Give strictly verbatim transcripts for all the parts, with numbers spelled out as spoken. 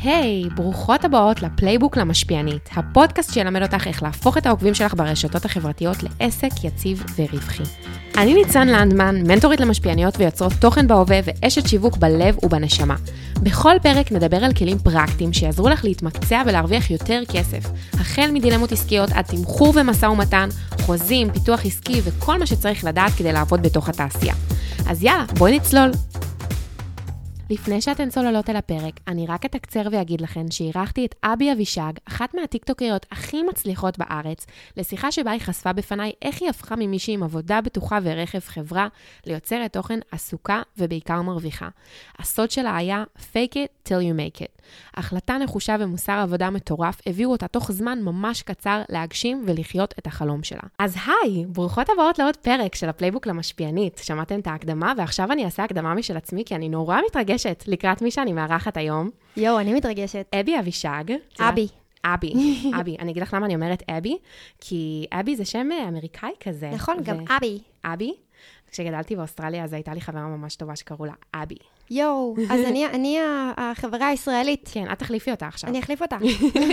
היי, hey, ברוכות הבאות לפלייבוק למשפיענית, הפודקאסט שילמד אותך איך להפוך את העוקבים שלך ברשתות החברתיות לעסק יציב ורווחי. אני ניצן לנדמן, מנטורית למשפיעניות ויוצרות תוכן בהווה ואשת שיווק בלב ובנשמה. בכל פרק נדבר על כלים פרקטיים שיעזרו לך להתמקצע ולהרוויח יותר כסף, החל מדילמות עסקיות עד תמחור ומשא ומתן, חוזים, פיתוח עסקי וכל מה שצריך לדעת כדי לעבוד בתוך התעשייה. אז יאללה, בואי נצלול. לפני שאתן צוללות אל הפרק, אני רק אתקצר ואגיד לכן שאירחתי את אבי אבישג, אחת מהטיקטוקריות הכי מצליחות בארץ, לשיחה שבה היא חשפה בפניי איך היא הפכה ממישהי עם עבודה בטוחה ורכב חברה, ליוצרת תוכן עסוקה ובעיקר מרוויחה. הסוד שלה היה fake it till you make it. החלטה נחושה ומוסר עבודה מטורף הביאו אותה תוך זמן ממש קצר להגשים ולחיות את החלום שלה. אז היי, ברוכות הבאות לעוד פרק של הפלייבוק למשפיענית. שמעתם את ההקדמה ועכשיו אני אעשה הקדמה משל עצמי כי אני נורא מתרגשת לקראת מי שאני מארחת היום. יו, אני מתרגשת. אבי אבישג. אבי. אבי, אבי. אני אגיד לך למה אני אומרת אבי, כי אבי זה שם אמריקאי כזה. נכון, גם אבי. אבי. כשגדלתי באוסטרליה, אז הייתה לי חברה ממש טובה שקראו לה אבי. יו, אז אני, אני החברה הישראלית. כן, את תחליפי אותה עכשיו. אני אחליף אותה.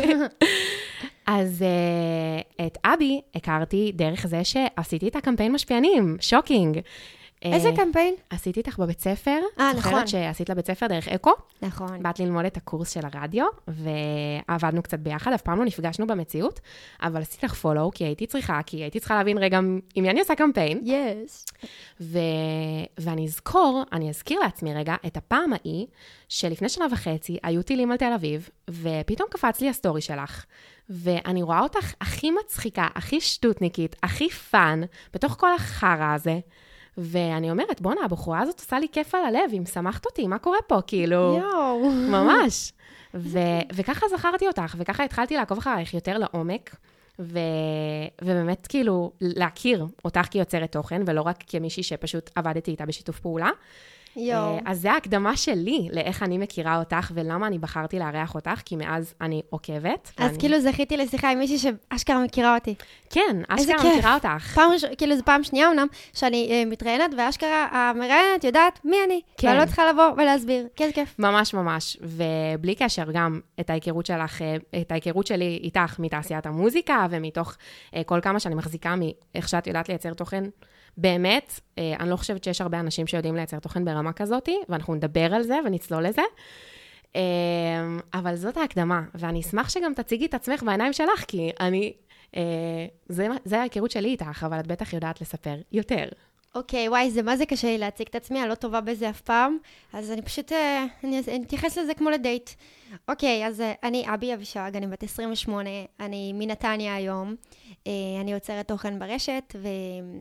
אז uh, את אבי הכרתי דרך זה שעשיתי את הקמפיין משפיענים, שוקינג. איזה קמפיין? עשיתי איתך בבית ספר. אה, נכון. זוכרת שעשית לבית ספר דרך אקו. נכון. באת ללמוד את הקורס של הרדיו, ועבדנו קצת ביחד, אף פעם לא נפגשנו במציאות, אבל עשיתי לך פולו, כי הייתי צריכה, כי הייתי צריכה להבין רגע עם מי אני עושה קמפיין. יס. ו... ואני אזכור, אני אזכיר לעצמי רגע, את הפעם ההיא, שלפני שנה וחצי, היו טילים על תל אביב, ופתאום קפץ לי הסטורי שלך, ואני רואה אותך הכי מצחיקה, הכי שטותניקית, הכי פאן, בתוך כל החרה הזה, ואני אומרת, בונה, הבחורה הזאת עושה לי כיף על הלב, אם שמחת אותי, מה קורה פה? כאילו, יואו. ממש. ו- וככה זכרתי אותך, וככה התחלתי לעקוב אחריך יותר לעומק, ו- ובאמת כאילו להכיר אותך כיוצרת תוכן, ולא רק כמישהי שפשוט עבדתי איתה בשיתוף פעולה. יואו. אז זה ההקדמה שלי לאיך אני מכירה אותך, ולמה אני בחרתי לארח אותך, כי מאז אני עוקבת. אז ואני... כאילו זכיתי לשיחה עם מישהי שאשכרה מכירה אותי. כן, אשכרה מכירה אותך. פעם, כאילו זו פעם שנייה אמנם, שאני אה, מתראיינת, ואשכרה המראיינת יודעת מי אני. כן. ואני לא צריכה לבוא ולהסביר. כיף כיף. ממש ממש, ובלי קשר גם את ההיכרות שלך, את ההיכרות שלי איתך מתעשיית המוזיקה, ומתוך אה, כל כמה שאני מחזיקה מאיך שאת יודעת לייצר תוכן, באמת, אה, אני לא חושבת שיש הרבה אנשים שיודעים לייצר תוכן ברמה כזאת, ואנחנו נדבר על זה ונצלול לזה. אה, אבל זאת ההקדמה, ואני אשמח שגם תציגי את עצמך בעיניים שלך, כי אני, אה, זה, זה ההיכרות שלי איתך, אבל את בטח יודעת לספר יותר. אוקיי, וואי, זה מה זה קשה לי להציג את עצמי, אני לא טובה בזה אף פעם, אז אני פשוט, אה, אני, אני אתייחס לזה כמו לדייט. אוקיי, אז אה, אני אבי אבישג, אני בת עשרים ושמונה, אני מנתניה היום, אה, אני יוצרת תוכן ברשת, ו...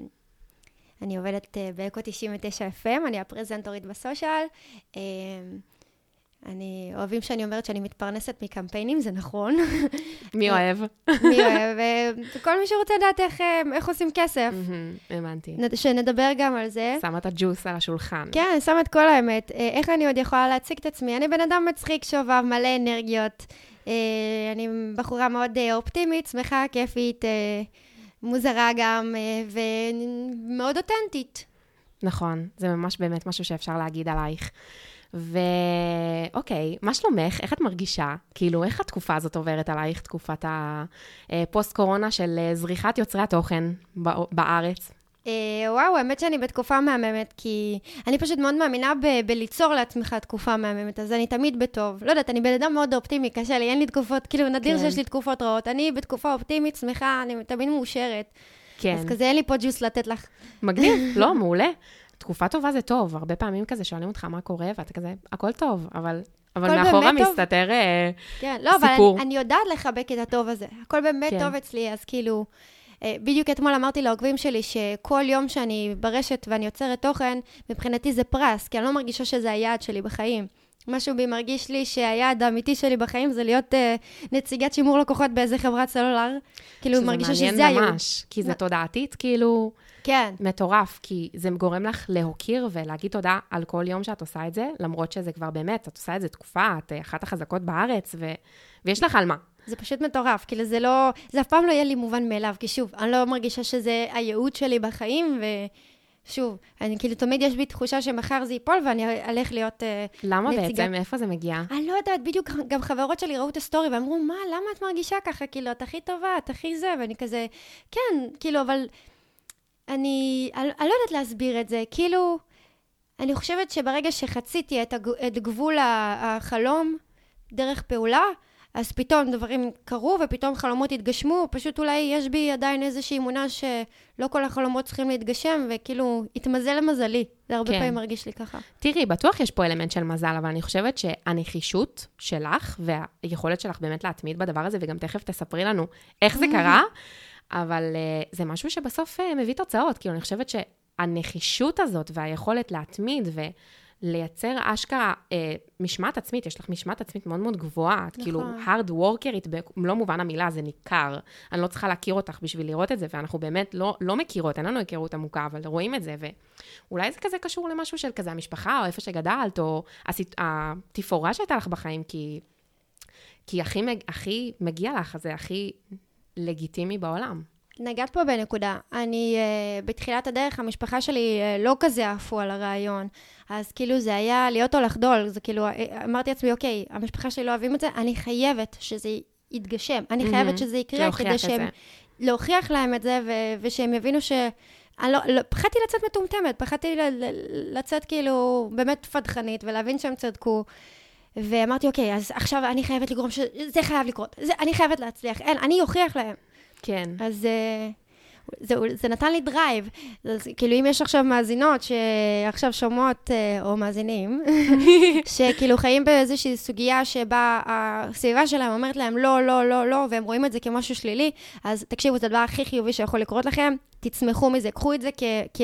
אני עובדת uh, באקו תשעים ותשע אף אם, אני הפרזנטורית בסושיאל. Uh, אני אוהבים שאני אומרת שאני מתפרנסת מקמפיינים, זה נכון. מי אוהב? מי אוהב, וכל מי שרוצה לדעת איך, איך עושים כסף. הבנתי. שנדבר גם על זה. שמה את הג'וס על השולחן. כן, שמה את כל האמת. איך אני עוד יכולה להציג את עצמי? אני בן אדם מצחיק, שובב, מלא אנרגיות. אני בחורה מאוד אופטימית, שמחה, כיפית, מוזרה גם, ומאוד אותנטית. נכון, זה ממש באמת משהו שאפשר להגיד עלייך. ואוקיי, מה שלומך? איך את מרגישה? כאילו, איך התקופה הזאת עוברת עלייך, תקופת הפוסט-קורונה של זריחת יוצרי התוכן בארץ? וואו, האמת שאני בתקופה מהממת, כי אני פשוט מאוד מאמינה ב- בליצור לעצמך תקופה מהממת, אז אני תמיד בטוב. לא יודעת, אני בן אדם מאוד אופטימי, קשה לי, אין לי תקופות, כאילו נדיר כן. שיש לי תקופות רעות. אני בתקופה אופטימית, שמחה, אני תמיד מאושרת. כן. אז כזה אין לי פה ג'וס לתת לך. מגניב, לא, מעולה. תקופה טובה זה טוב, הרבה פעמים כזה שואלים אותך מה קורה, ואתה כזה, הכל טוב, אבל... אבל מאחורה מסתתר כן, לא, סיפור. אבל אני, אני יודעת לחבק את הטוב הזה. הכל באמת כן. טוב אצלי, אז כאילו... בדיוק אתמול אמרתי לעוקבים שלי שכל יום שאני ברשת ואני יוצרת תוכן, מבחינתי זה פרס, כי אני לא מרגישה שזה היעד שלי בחיים. משהו בי מרגיש לי שהיעד האמיתי שלי בחיים זה להיות uh, נציגת שימור לקוחות באיזה חברת סלולר. כאילו, מרגישה שזה שזה היעד. מעניין ממש, כי זה תודעתית, כאילו, כן. מטורף, כי זה גורם לך להוקיר ולהגיד תודה על כל יום שאת עושה את זה, למרות שזה כבר באמת, את עושה את זה תקופה, את אחת החזקות בארץ, ו... ויש לך על מה. זה פשוט מטורף, כאילו זה לא, זה אף פעם לא יהיה לי מובן מאליו, כי שוב, אני לא מרגישה שזה הייעוד שלי בחיים, ו... שוב, אני כאילו תמיד יש בי תחושה שמחר זה ייפול ואני אלך להיות uh, למה נציגה. בעצם? מאיפה זה מגיע? אני לא יודעת, בדיוק גם חברות שלי ראו את הסטורי ואמרו, מה, למה את מרגישה ככה? כאילו, את הכי טובה, את הכי זה, ואני כזה, כן, כאילו, אבל אני, אני, אני לא יודעת להסביר את זה, כאילו, אני חושבת שברגע שחציתי את, הג, את גבול החלום דרך פעולה, אז פתאום דברים קרו, ופתאום חלומות התגשמו, פשוט אולי יש בי עדיין איזושהי אמונה שלא כל החלומות צריכים להתגשם, וכאילו, התמזל למזלי. זה הרבה כן. פעמים מרגיש לי ככה. תראי, בטוח יש פה אלמנט של מזל, אבל אני חושבת שהנחישות שלך, והיכולת שלך באמת להתמיד בדבר הזה, וגם תכף תספרי לנו איך זה קרה, אבל uh, זה משהו שבסוף uh, מביא תוצאות, כאילו אני חושבת שהנחישות הזאת, והיכולת להתמיד, ו... לייצר אשכרה אה, משמעת עצמית, יש לך משמעת עצמית מאוד מאוד גבוהה, את כאילו hard workerית במלוא מובן המילה, זה ניכר. אני לא צריכה להכיר אותך בשביל לראות את זה, ואנחנו באמת לא, לא מכירות, אין לנו היכרות עמוקה, אבל רואים את זה, ואולי זה כזה קשור למשהו של כזה המשפחה, או איפה שגדלת, או התפאורה שהייתה לך בחיים, כי, כי הכי, הכי מגיע לך, זה הכי לגיטימי בעולם. נגעת פה בנקודה. אני, uh, בתחילת הדרך, המשפחה שלי uh, לא כזה עפו על הרעיון. אז כאילו זה היה להיות או לחדול. זה כאילו, אמרתי לעצמי, אוקיי, המשפחה שלי לא אוהבים את זה, אני חייבת שזה יתגשם. אני חייבת שזה יקרה כדי שהם... להוכיח להם את זה, ו- ושהם יבינו ש... אני לא, לא, פחדתי לצאת מטומטמת, פחדתי ל- ל- לצאת כאילו באמת פדחנית, ולהבין שהם צדקו. ואמרתי, אוקיי, אז עכשיו אני חייבת לגרום שזה חייב לקרות. זה, אני חייבת להצליח. אין, אני אוכיח להם. כן. אז זה, זה נתן לי דרייב. אז, כאילו, אם יש עכשיו מאזינות שעכשיו שומעות, או מאזינים, שכאילו חיים באיזושהי סוגיה שבה הסביבה שלהם אומרת להם לא, לא, לא, לא, והם רואים את זה כמשהו שלילי, אז תקשיבו, זה הדבר הכי חיובי שיכול לקרות לכם, תצמחו מזה, קחו את זה כ, כ,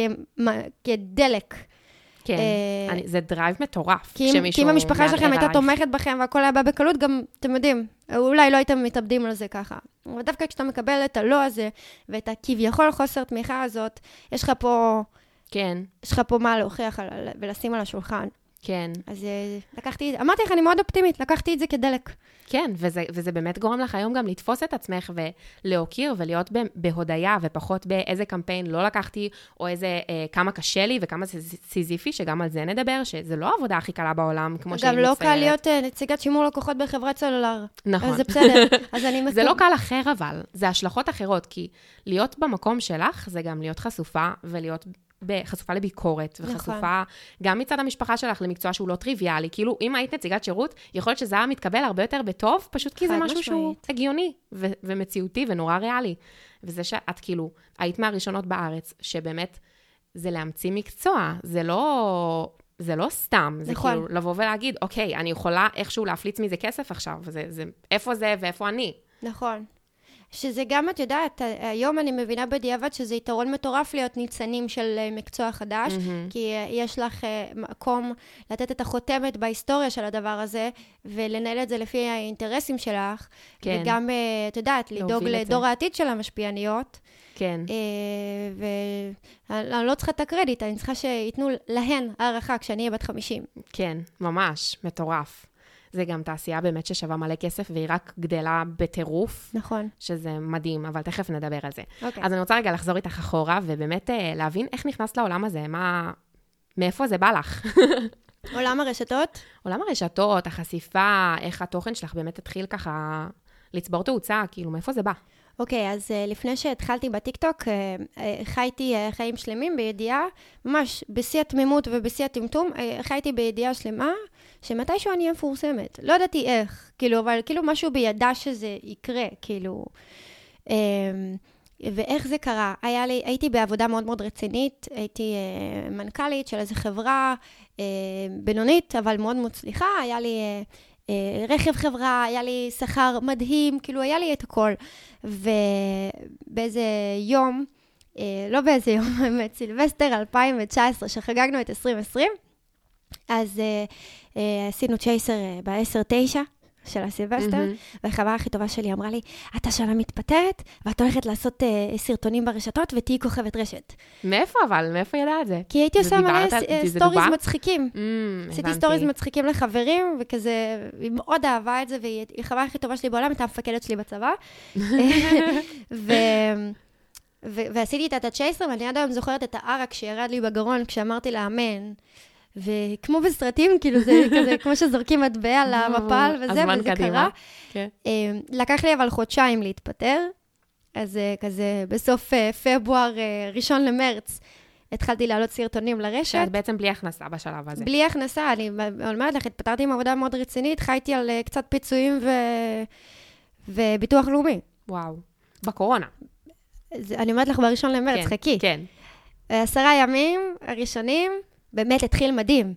כדלק. כן, אני, זה דרייב מטורף. כי אם, כי אם המשפחה שלכם הייתה תומכת בכם והכל היה בא בקלות, גם, אתם יודעים, אולי לא הייתם מתאבדים על זה ככה. אבל דווקא כשאתה מקבל את הלא הזה, ואת הכביכול חוסר תמיכה הזאת, יש לך פה, כן. יש לך פה מה להוכיח על, ולשים על השולחן. כן. אז לקחתי, אמרתי לך, אני מאוד אופטימית, לקחתי את זה כדלק. כן, וזה, וזה באמת גורם לך היום גם לתפוס את עצמך ולהוקיר ולהיות בהודעה ופחות באיזה קמפיין לא לקחתי, או איזה אה, כמה קשה לי וכמה זה סיזיפי, שגם על זה נדבר, שזה לא העבודה הכי קלה בעולם, כמו שהיא מצטיירת. גם לא קל להיות אה, נציגת שימור לקוחות בחברת סלולר. נכון. אז זה בסדר. אז אני זה לא קל אחר אבל, זה השלכות אחרות, כי להיות במקום שלך זה גם להיות חשופה ולהיות... חשופה לביקורת, וחשופה גם מצד המשפחה שלך למקצוע שהוא לא טריוויאלי. כאילו, אם היית נציגת שירות, יכול להיות שזה היה מתקבל הרבה יותר בטוב, פשוט כי זה משהו שהוא הגיוני ו- ומציאותי ונורא ריאלי. וזה שאת כאילו, היית מהראשונות בארץ, שבאמת זה להמציא מקצוע, זה לא... זה לא סתם, זה נכון. כאילו לבוא ולהגיד, אוקיי, אני יכולה איכשהו להפליץ מזה כסף עכשיו, זה, זה, איפה זה ואיפה אני? נכון. שזה גם, את יודעת, היום אני מבינה בדיעבד שזה יתרון מטורף להיות ניצנים של מקצוע חדש, mm-hmm. כי יש לך מקום לתת את החותמת בהיסטוריה של הדבר הזה, ולנהל את זה לפי האינטרסים שלך, כן. וגם, את יודעת, לדאוג לדור העתיד של המשפיעניות. כן. ואני לא צריכה את הקרדיט, אני צריכה שיתנו להן הערכה כשאני אהיה בת חמישים. כן, ממש, מטורף. זה גם תעשייה באמת ששווה מלא כסף, והיא רק גדלה בטירוף. נכון. שזה מדהים, אבל תכף נדבר על זה. אוקיי. אז אני רוצה רגע לחזור איתך אחורה, ובאמת להבין איך נכנסת לעולם הזה, מה... מאיפה זה בא לך? עולם הרשתות? עולם הרשתות, החשיפה, איך התוכן שלך באמת התחיל ככה לצבור תאוצה, כאילו, מאיפה זה בא? אוקיי, אז uh, לפני שהתחלתי בטיקטוק, uh, uh, חייתי uh, חיים שלמים בידיעה, ממש בשיא התמימות ובשיא הטמטום, uh, חייתי בידיעה שלמה, שמתישהו אני אהיה מפורסמת. לא ידעתי איך, כאילו, אבל כאילו משהו בידע שזה יקרה, כאילו. Um, ואיך זה קרה? היה לי, הייתי בעבודה מאוד מאוד רצינית, הייתי uh, מנכ"לית של איזו חברה uh, בינונית, אבל מאוד מוצליחה, היה לי... Uh, רכב חברה, היה לי שכר מדהים, כאילו היה לי את הכל. ובאיזה יום, לא באיזה יום, באמת, סילבסטר אלפיים תשע עשרה, שחגגנו את עשרים עשרים, אז עשינו צ'ייסר ב-עשר תשע של הסילבסטר, mm-hmm. והחברה הכי טובה שלי אמרה לי, אתה שנה מתפטרת, ואת הולכת לעשות uh, סרטונים ברשתות, ותהי כוכבת רשת. מאיפה אבל? מאיפה ידעה את זה? כי הייתי עושה מלא סטוריז מצחיקים. Mm, עשיתי סטוריז מצחיקים לחברים, וכזה, היא מאוד אהבה את זה, והיא החברה הכי טובה שלי בעולם, הייתה המפקדת שלי בצבא. ו... ו- ועשיתי את הצ'ייסר, ואני עד היום זוכרת את הערק שירד לי בגרון כשאמרתי לאמן. וכמו בסרטים, כאילו זה כזה, כמו שזורקים מטבע על המפל וזה, וזה קרה. לקח לי אבל חודשיים להתפטר, אז כזה בסוף פברואר, ראשון למרץ, התחלתי לעלות סרטונים לרשת. שאת בעצם בלי הכנסה בשלב הזה. בלי הכנסה, אני אומרת לך, התפטרתי עם עבודה מאוד רצינית, חייתי על קצת פיצויים ו... וביטוח לאומי. וואו, בקורונה. אני אומרת לך בראשון למרץ, כן, חכי. כן. עשרה ימים הראשונים, באמת התחיל מדהים.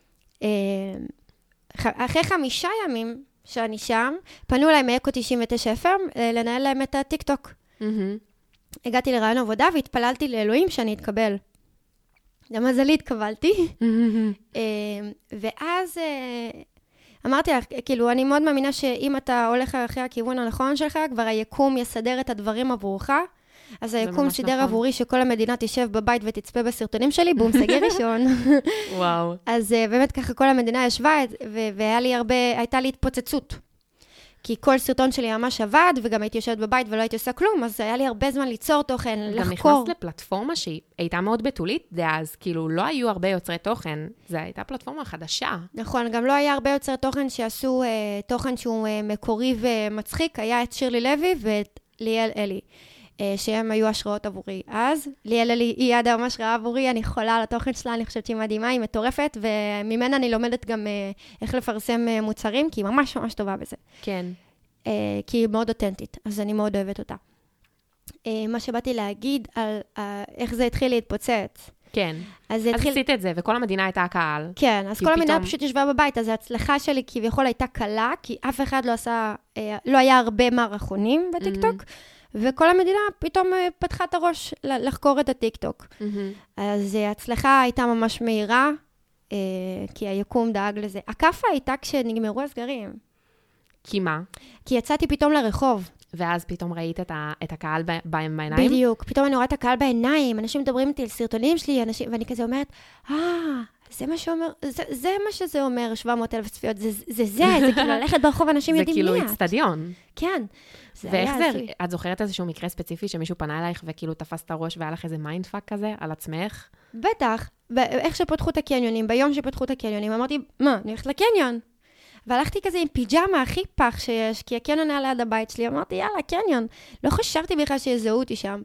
אחרי חמישה ימים שאני שם, פנו אליי מאקו תשעים ותשע אף אם לנהל להם את הטיק טוק. הגעתי לרעיון עבודה והתפללתי לאלוהים שאני אתקבל. למזלי התקבלתי. ואז אמרתי לך, כאילו, אני מאוד מאמינה שאם אתה הולך אחרי הכיוון הנכון שלך, כבר היקום יסדר את הדברים עבורך, אז היקום סידר נכון. עבורי שכל המדינה תשב בבית ותצפה בסרטונים שלי, בום, סגר ראשון. וואו. אז uh, באמת ככה כל המדינה ישבה, והיה לי הרבה, הייתה לי התפוצצות. כי כל סרטון שלי ממש עבד, וגם הייתי יושבת בבית ולא הייתי עושה כלום, אז היה לי הרבה זמן ליצור תוכן, גם לחקור. גם נכנסת לפלטפורמה שהיא הייתה מאוד בתולית, דאז, כאילו לא היו הרבה יוצרי תוכן, זו הייתה פלטפורמה חדשה. נכון, גם לא היה הרבה יוצרי תוכן שעשו uh, תוכן שהוא uh, מקורי ומצחיק, היה את שירלי לוי ואת ליאל אלי. שהם היו השראות עבורי. אז, ליאל אלי היא עד היום השראה עבורי, אני חולה על התוכן שלה, אני חושבת שהיא מדהימה, היא מטורפת, וממנה אני לומדת גם איך לפרסם מוצרים, כי היא ממש ממש טובה בזה. כן. כי היא מאוד אותנטית, אז אני מאוד אוהבת אותה. מה שבאתי להגיד על איך זה התחיל להתפוצץ. כן. אז, אז התחיל... עשית את זה, וכל המדינה הייתה הקהל. כן, אז כל פתאום... המדינה פשוט ישבה בבית, אז ההצלחה שלי כביכול הייתה קלה, כי אף אחד לא עשה, לא היה הרבה מערכונים בטיקטוק, mm-hmm. וכל המדינה פתאום פתחה את הראש לחקור את הטיק-טוק. Mm-hmm. אז ההצלחה הייתה ממש מהירה, כי היקום דאג לזה. הקפה הייתה כשנגמרו הסגרים. כי מה? כי יצאתי פתאום לרחוב. ואז פתאום ראית את, ה, את הקהל בהם בעיניים? בדיוק. פתאום אני רואה את הקהל בעיניים, אנשים מדברים איתי על סרטונים שלי, אנשים, ואני כזה אומרת, אה, זה מה שאומר, זה, זה מה שזה אומר, שבע מאות אלף צפיות, זה זה, זה, זה, זה כאילו ללכת ברחוב, אנשים יודעים מי את. זה כאילו אצטדיון. כן. ואיך זה, את זוכרת איזשהו מקרה ספציפי שמישהו פנה אלייך וכאילו תפס את הראש והיה לך איזה מיינדפאק כזה על עצמך? בטח. איך שפתחו את הקניונים, ביום שפתחו את הקניונים, אמרתי, מה, אני הולכת לקניון. והלכתי כזה עם פיג'מה הכי פח שיש, כי הקניון היה ליד הבית שלי, אמרתי, יאללה, קניון. לא חשבתי בכלל שיזהו אותי שם.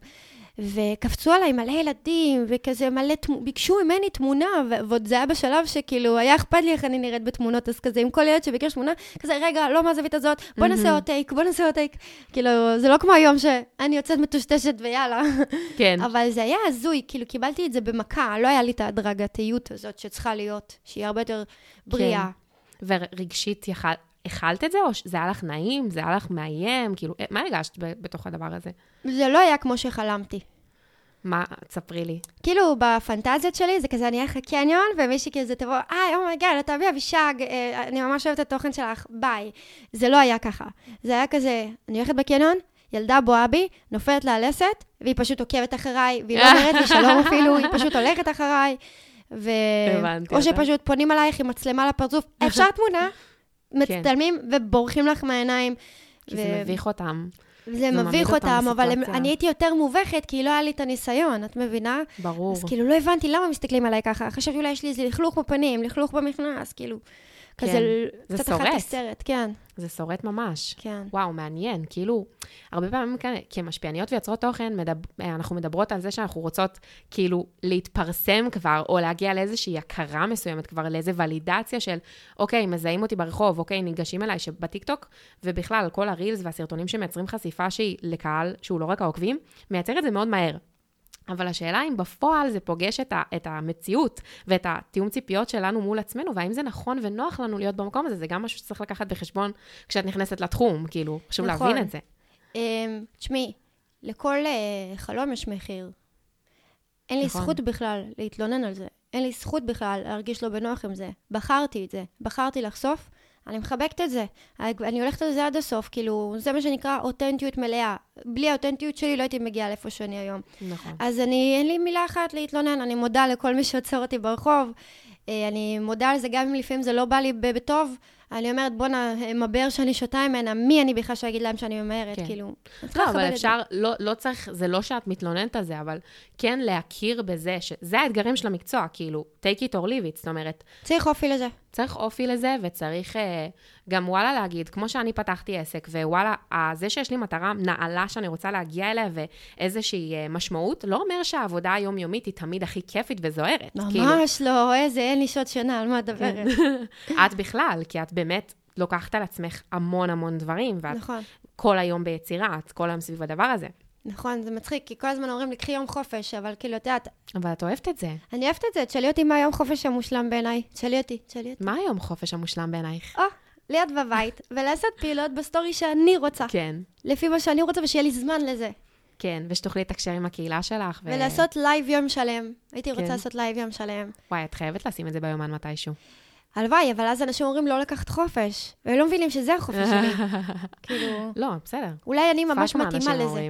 וקפצו עליי מלא ילדים, וכזה מלא, ביקשו ממני תמונה, ועוד זה היה בשלב שכאילו, היה אכפת לי איך אני נראית בתמונות, אז כזה, עם כל ילד שביקש תמונה, כזה, רגע, לא מהזווית הזאת, בוא נעשה עוד טייק, בוא נעשה עוד טייק. כאילו, זה לא כמו היום שאני יוצאת מטושטשת ויאללה. כן. אבל זה היה הזוי, כאילו, קיבלתי את זה במכה, לא היה לי את ההדרגתיות הזאת שצריכה להיות, שהיא הרבה יותר בריאה. ורגשית יכל... אכלת את זה, או זה היה לך נעים, זה היה לך מאיים, כאילו, מה הרגשת בתוך הדבר הזה? זה לא היה כמו שחלמתי. מה? תספרי לי. כאילו, בפנטזיות שלי, זה כזה, אני אלך לקניון, ומישהי כזה תבוא, איי, אומייגאד, אתה אבי אבישג, אני ממש אוהבת את התוכן שלך, ביי. זה לא היה ככה. זה היה כזה, אני הולכת בקניון, ילדה בואבי, נופלת לה הלסת, והיא פשוט עוקבת אחריי, והיא לא אומרת לי שלום אפילו, היא פשוט הולכת אחריי, ו... או שפשוט פונים עלייך עם מצלמה לפרצוף, אפשר תמונה? מצטלמים ובורחים לך מהעיניים. כי זה מביך אותם. זה מביך אותם, אבל אני הייתי יותר מובכת, כי לא היה לי את הניסיון, את מבינה? ברור. אז כאילו לא הבנתי למה מסתכלים עליי ככה. חשבתי אולי יש לי איזה לכלוך בפנים, לכלוך במכנס, כאילו. כזה קצת אחת הסרט, כן. זה שורט ממש. כן. וואו, מעניין. כאילו, הרבה פעמים כאן, כמשפיעניות ויוצרות תוכן, אנחנו מדברות על זה שאנחנו רוצות כאילו להתפרסם כבר, או להגיע לאיזושהי הכרה מסוימת כבר, לאיזו ולידציה של, אוקיי, מזהים אותי ברחוב, אוקיי, ניגשים אליי שבטיקטוק, ובכלל, כל הרילס והסרטונים שמייצרים חשיפה שהיא לקהל, שהוא לא רק העוקבים, מייצר את זה מאוד מהר. אבל השאלה אם בפועל זה פוגש את, ה, את המציאות ואת התיאום ציפיות שלנו מול עצמנו, והאם זה נכון ונוח לנו להיות במקום הזה, זה גם משהו שצריך לקחת בחשבון כשאת נכנסת לתחום, כאילו, חשוב נכון. להבין את זה. Um, תשמעי, לכל uh, חלום יש מחיר. אין לי נכון. זכות בכלל להתלונן על זה. אין לי זכות בכלל להרגיש לא בנוח עם זה. בחרתי את זה. בחרתי לחשוף. אני מחבקת את זה. אני הולכת על זה עד הסוף, כאילו, זה מה שנקרא אותנטיות מלאה. בלי האותנטיות שלי לא הייתי מגיעה לאיפה שאני היום. נכון. אז אני, אין לי מילה אחת להתלונן, אני מודה לכל מי שעוצר אותי ברחוב. אני מודה על זה, גם אם לפעמים זה לא בא לי בטוב, אני אומרת, בוא נמבר שאני שותה ממנה, מי אני בכלל שאגיד להם שאני ממהרת, כן. כאילו. לא, אבל אפשר, לא, לא צריך, זה לא שאת מתלוננת על זה, אבל כן להכיר בזה, שזה האתגרים של המקצוע, כאילו, take it or leave it, זאת אומרת. צריך אופי לזה. צריך אופי לזה, וצריך גם וואלה להגיד, כמו שאני פתחתי עסק, ווואלה, זה שיש לי מטרה נעלה שאני רוצה להגיע אליה, ואיזושהי משמעות, לא אומר שהעבודה היומיומית היא תמיד הכי כיפית וזוהרת. ממש לא, איזה, אין לי שעות שינה, על מה דברת. את בכלל, כי את באמת לוקחת על עצמך המון המון דברים, ואת נכון. כל היום ביצירה, את כל היום סביב הדבר הזה. נכון, זה מצחיק, כי כל הזמן אומרים, לקחי יום חופש, אבל כאילו, את יודעת... אבל את אוהבת את זה. אני אוהבת את זה, תשאלי אותי מה היום חופש המושלם בעיניי. תשאלי אותי, תשאלי אותי. מה היום חופש המושלם בעינייך? או, ליד בבית, ולעשות פעילות בסטורי שאני רוצה. כן. לפי מה שאני רוצה, ושיהיה לי זמן לזה. כן, ושתוכלי לתקשר עם הקהילה שלך. ו... ולעשות לייב יום שלם. הייתי רוצה לעשות לייב יום שלם. וואי, את חייבת לשים את זה ביומן מתישהו. הלוואי, אבל אז אנשים אומרים לא לקחת חופש, והם לא מבינים שזה החופש שלי. כאילו... לא, בסדר. אולי אני ממש מתאימה לזה.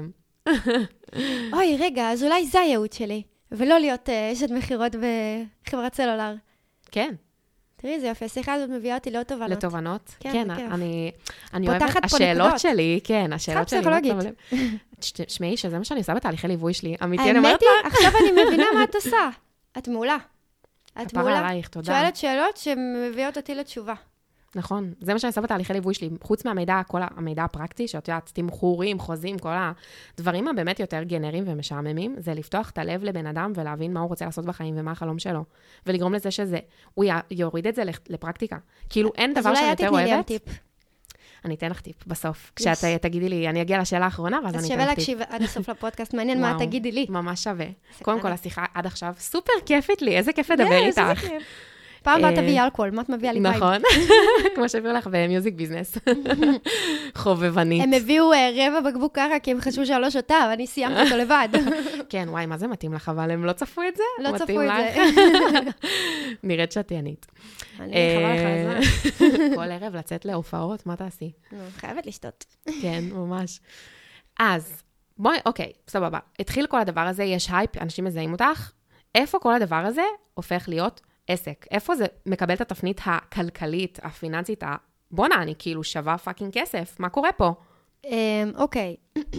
אוי, רגע, אז אולי זה הייעוד שלי, ולא להיות אשת מחירות בחברת סלולר. כן. תראי, זה יופי, השיחה הזאת מביאה אותי לעוד תובנות. לתובנות? כן, כן, בכיף. אני, אני אוהבת, פותחת פה השאלות נקודות. שלי, כן, השאלות שלי. פסיכולוגית. שמעי, שזה מה שאני עושה בתהליכי ליווי שלי. אמיתי, אני אומרת האמת היא, עכשיו אני מבינה מה את עושה. את מעולה. את כפרה מעולה. עלייך, תודה. שואלת שאלות שמביאות אותי לתשובה. נכון, זה מה שאני עושה בתהליכי ליווי שלי, חוץ מהמידע, כל המידע הפרקטי, שאת יודעת, תמחורים, חוזים, כל הדברים הבאמת יותר גנריים ומשעממים, זה לפתוח את הלב לבן אדם ולהבין מה הוא רוצה לעשות בחיים ומה החלום שלו, ולגרום לזה שזה, הוא יוריד את זה לפרקטיקה. כאילו, אין דבר שאני יותר אוהבת. אז אולי את תתני לי טיפ. אני אתן לך טיפ בסוף. כשאת תגידי לי, אני אגיע לשאלה האחרונה, ואז אני אתן לך טיפ. אז שווה להקשיב עד הסוף לפודקאסט, מעניין מה תגידי לי. ממש שווה. קודם כל, השיחה עד עכשיו סופר כיפית לי, איזה כיף לדבר איתך. פעם באת תביאי אלכוהול, מה את מביאה לי בית? נכון, כמו שהביאו לך במיוזיק ביזנס. חובבנית. הם הביאו רבע בקבוק קרה, כי הם חשבו שאני לא שותה, ואני סיימתי אותו לבד. כן, וואי, מה זה מתאים לך, אבל הם לא צפו את זה? לא צפו את זה. נראית שתיינית. אני חבל לך על הזמן. כל ערב לצאת להופעות, מה תעשי? חייבת לשתות. כן, ממש. אז, בואי, אוקיי, סבבה. התחיל כל הדבר הזה, יש הייפ, אנשים מזהים אותך. איפה כל הדבר הזה הופך להיות עסק? איפה זה מקבל את התפנית הכלכלית, הפיננסית, ה... בונה, אני כאילו שווה פאקינג כסף, מה קורה פה? אוקיי,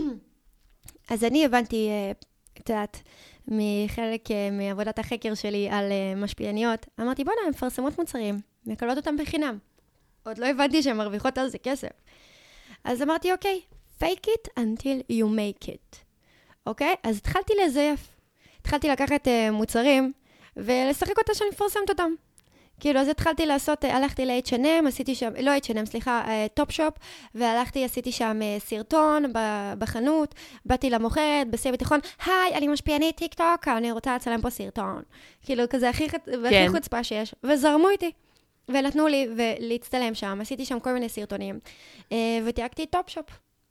אז אני הבנתי, את יודעת, מחלק מעבודת החקר שלי על משפיעניות, אמרתי, בונה, הן מפרסמות מוצרים, מקבלות אותם בחינם. עוד לא הבנתי שהן מרוויחות על זה כסף. אז אמרתי, אוקיי, fake it until you make it. אוקיי? אז התחלתי לזייף. התחלתי לקחת מוצרים, ולשחק אותה שאני מפרסמת אותם. כאילו, אז התחלתי לעשות, הלכתי ל-אייץ' אנד אם, עשיתי שם, לא אייץ' אנד אם, סליחה, טופ-שופ, והלכתי, עשיתי שם סרטון בחנות, באתי למוכרת, בשיא הביטחון, היי, אני משפיענית טיק טוק, אני רוצה לצלם פה סרטון. כאילו, כזה הכי, הכי חוצפה שיש, וזרמו איתי. ונתנו לי להצטלם שם, עשיתי שם כל מיני סרטונים, ותיאקתי טופ-שופ.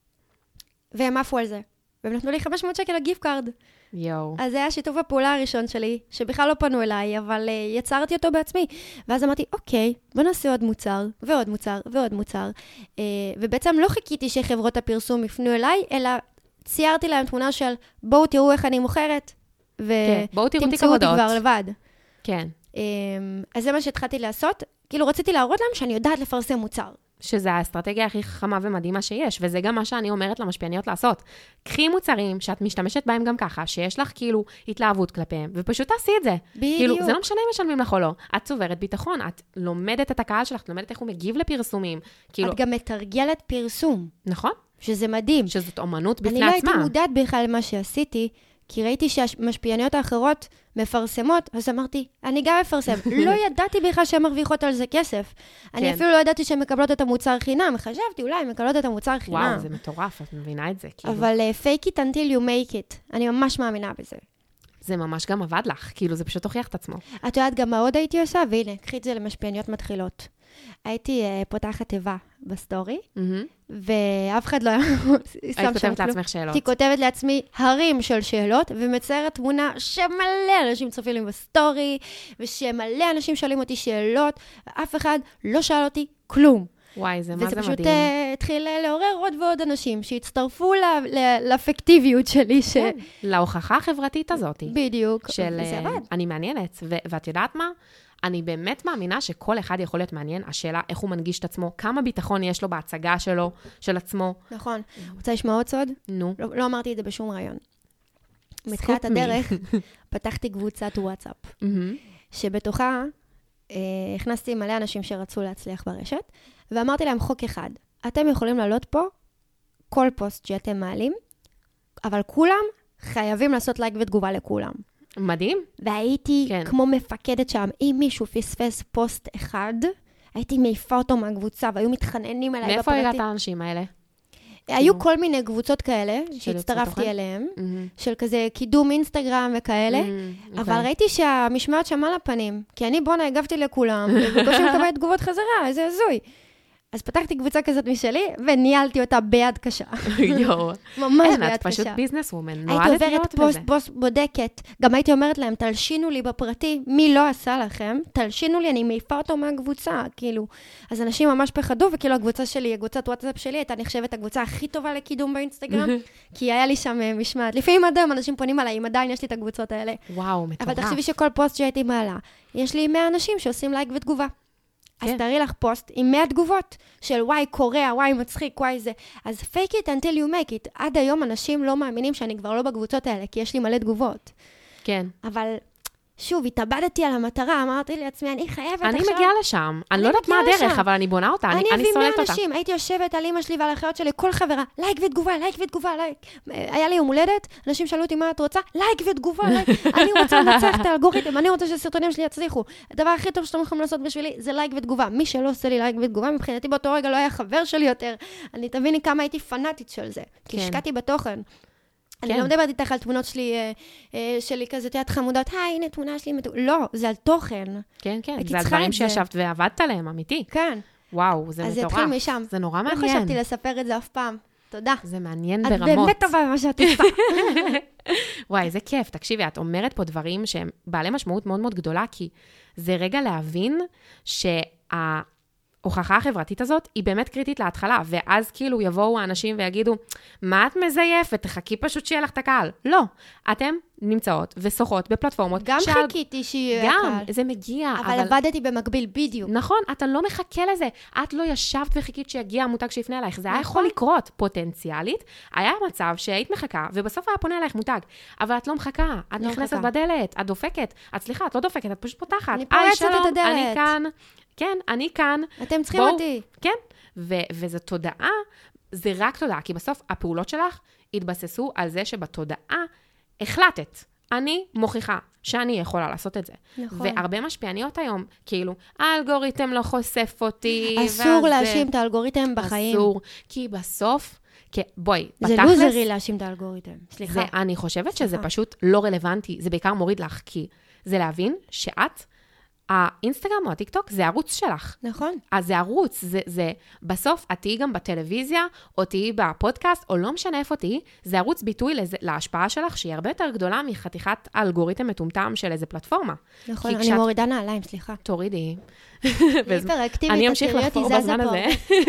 והם עפו על זה. והם נתנו לי חמש מאות שקל לגיפט קארד. יואו. אז זה היה שיתוף הפעולה הראשון שלי, שבכלל לא פנו אליי, אבל uh, יצרתי אותו בעצמי. ואז אמרתי, אוקיי, בוא נעשה עוד מוצר, ועוד מוצר, ועוד מוצר. Uh, ובעצם לא חיכיתי שחברות הפרסום יפנו אליי, אלא ציירתי להם תמונה של, בואו תראו איך אני מוכרת, ותמצאו אותי כבר לבד. כן. Um, אז זה מה שהתחלתי לעשות. כאילו רציתי להראות להם שאני יודעת לפרסם מוצר. שזה האסטרטגיה הכי חכמה ומדהימה שיש, וזה גם מה שאני אומרת למשפיעניות לעשות. קחי מוצרים שאת משתמשת בהם גם ככה, שיש לך כאילו התלהבות כלפיהם, ופשוט תעשי את זה. בדיוק. כאילו, זה לא משנה אם משלמים לך או לא. את צוברת ביטחון, את לומדת את הקהל שלך, את לומדת איך הוא מגיב לפרסומים. כאילו... את גם מתרגלת פרסום. נכון. שזה מדהים. שזאת אומנות בפני עצמה. עצמה. אני לא הייתי מודעת בכלל למה שעשיתי, כי ראיתי שהמשפיעניות האחרות מפרסמות, אז אמרתי, אני גם מפרסם. לא ידעתי בכלל שהן מרוויחות על זה כסף. כן. אני אפילו לא ידעתי שהן מקבלות את המוצר חינם. חשבתי, אולי הן מקבלות את המוצר חינם. וואו, זה מטורף, את מבינה את זה. כאילו. אבל uh, fake it until you make it. אני ממש מאמינה בזה. זה ממש גם עבד לך. כאילו, זה פשוט הוכיח את עצמו. את יודעת גם מה עוד הייתי עושה? והנה, קחי את זה למשפיעניות מתחילות. הייתי uh, פותחת תיבה בסטורי, mm-hmm. ואף אחד לא היה שם שם כלום. היית כותבת לעצמך שאלות. הייתי כותבת לעצמי הרים של שאלות, ומציירת תמונה שמלא אנשים צופים לי בסטורי, ושמלא אנשים שואלים אותי שאלות, ואף אחד לא שאל אותי כלום. וואי, זה מה זה מדהים. וזה פשוט התחיל לעורר עוד ועוד אנשים שהצטרפו לאפקטיביות שלי. כן, להוכחה החברתית הזאת. בדיוק. של, וזה עבד. אני מעניינת, ואת יודעת מה? אני באמת מאמינה שכל אחד יכול להיות מעניין. השאלה איך הוא מנגיש את עצמו, כמה ביטחון יש לו בהצגה שלו, של עצמו. נכון. רוצה לשמוע עוד סוד? נו. לא, לא אמרתי את זה בשום רעיון. מתחילת הדרך, פתחתי קבוצת וואטסאפ, שבתוכה אה, הכנסתי מלא אנשים שרצו להצליח ברשת, ואמרתי להם חוק אחד, אתם יכולים לעלות פה כל פוסט שאתם מעלים, אבל כולם חייבים לעשות לייק ותגובה לכולם. מדהים. והייתי כן. כמו מפקדת שם, אם מישהו פספס פוסט אחד, הייתי מעיפה אותו מהקבוצה, והיו מתחננים אליי בפרטי. מאיפה הגעת האנשים האלה? היו כל מיני קבוצות כאלה, שהצטרפתי אליהם, של כזה קידום אינסטגרם וכאלה, אבל ראיתי שהמשמעת שמה לפנים, כי אני בונה, הגבתי לכולם, ובקושי מקבלת תגובות חזרה, איזה הזוי. אז פתחתי קבוצה כזאת משלי, וניהלתי אותה ביד קשה. יואו. ממש אין, ביד קשה. את פשוט ביזנס וומן, הייתי עוברת פוסט פוסט בודקת, גם הייתי אומרת להם, תלשינו לי בפרטי, מי לא עשה לכם, תלשינו לי, אני מעיפה אותו מהקבוצה, כאילו. אז אנשים ממש פחדו, וכאילו הקבוצה שלי, הקבוצת וואטסאפ שלי, הייתה נחשבת הקבוצה הכי טובה לקידום באינסטגרם, כי היה לי שם משמעת. לפעמים עדיין אנשים פונים עליי, אם עדיין יש לי את הקבוצות האלה. וואו, מטורף. אבל תחשבי שכל פוסט שהייתי מעלה, יש לי מאה אנשים שעושים לייק ותגובה. אז תראי לך פוסט עם מאה תגובות של וואי קורע, וואי מצחיק, וואי זה. אז fake it until you make it. עד היום אנשים לא מאמינים שאני כבר לא בקבוצות האלה, כי יש לי מלא תגובות. כן. אבל שוב, התאבדתי על המטרה, אמרתי לעצמי, אני חייבת אני עכשיו... אני מגיעה לשם. אני לא יודעת מה הדרך, אבל אני בונה אותה, אני אני סוללת אותה. אביא מאה אנשים, הייתי יושבת על אמא שלי ועל האחיות שלי, כל חברה, לייק ותגובה, לייק ותגובה, לייק. היה לי יום הולדת, אנשים שאלו אותי מה את רוצה, לייק ותגובה, לייק. אני רוצה לנצח את האלגוריתם, אני רוצה שהסרטונים שלי יצליחו. הדבר הכי טוב שאתם יכולים לעשות בשבילי זה לייק ותגובה. מי שלא עושה לי לייק ותגובה, מבחינתי באותו רגע לא היה חבר שלי יותר. אני תביני כמה הייתי פנאטית של זה. כי השקעתי בתוכן. אני לא מדברת איתך על תמונות שלי, שלי כזה תיאת חמודות, היי, הנה תמונה שלי, לא, זה על תוכן. כן, כן, זה על דברים שישבת ועבדת עליהם, אמיתי. כן. וואו, זה מטורף. אז זה התחיל משם. זה נורא מעניין. לא חשבתי לספר את זה אף פעם. תודה. זה מעניין ברמות. את באמת טובה במה שאת עושה. וואי, זה כיף. תקשיבי, את אומרת פה דברים שהם בעלי משמעות מאוד מאוד גדולה, כי זה רגע להבין שה... ההוכחה החברתית הזאת היא באמת קריטית להתחלה, ואז כאילו יבואו האנשים ויגידו, מה את מזייפת? תחכי פשוט שיהיה לך את הקהל. לא, אתם נמצאות ושוחות בפלטפורמות. גם שעל... חיכיתי שיהיה גם, הקהל. גם, זה מגיע. אבל, אבל עבדתי במקביל בדיוק. נכון, אתה לא מחכה לזה. את לא ישבת וחיכית שיגיע המותג שיפנה אלייך. זה נכון. היה יכול לקרות פוטנציאלית. היה מצב שהיית מחכה, ובסוף היה פונה אלייך מותג. אבל את לא מחכה, את לא נכנסת מחכה. בדלת, את דופקת. את סליחה, את לא דופקת, את פשוט פותחת. אני פורצת את הדלת. אני כאן. כן, אני כאן. אתם צריכים בוא, אותי. כן, ו- וזו תודעה, זה רק תודעה, כי בסוף הפעולות שלך התבססו על זה שבתודעה החלטת. אני מוכיחה שאני יכולה לעשות את זה. נכון. והרבה משפיעניות היום, כאילו, האלגוריתם לא חושף אותי. אסור ואז... להאשים את האלגוריתם בחיים. אסור, כי בסוף, כי, בואי, זה בתכלס... זה לוזרי להאשים את האלגוריתם, סליחה. זה, אני חושבת סליחה. שזה פשוט לא רלוונטי, זה בעיקר מוריד לך, כי זה להבין שאת... האינסטגרם או הטיקטוק זה ערוץ שלך. נכון. אז זה ערוץ, זה, זה, בסוף את תהיי גם בטלוויזיה, או תהיי בפודקאסט, או לא משנה איפה תהיי, זה ערוץ ביטוי לזה, להשפעה שלך, שהיא הרבה יותר גדולה מחתיכת האלגוריתם מטומטם של איזה פלטפורמה. נכון, אני כשאת... מורידה נעליים, סליחה. תורידי. היפראקטיבית, אני אמשיך לחפור בזמן הזה.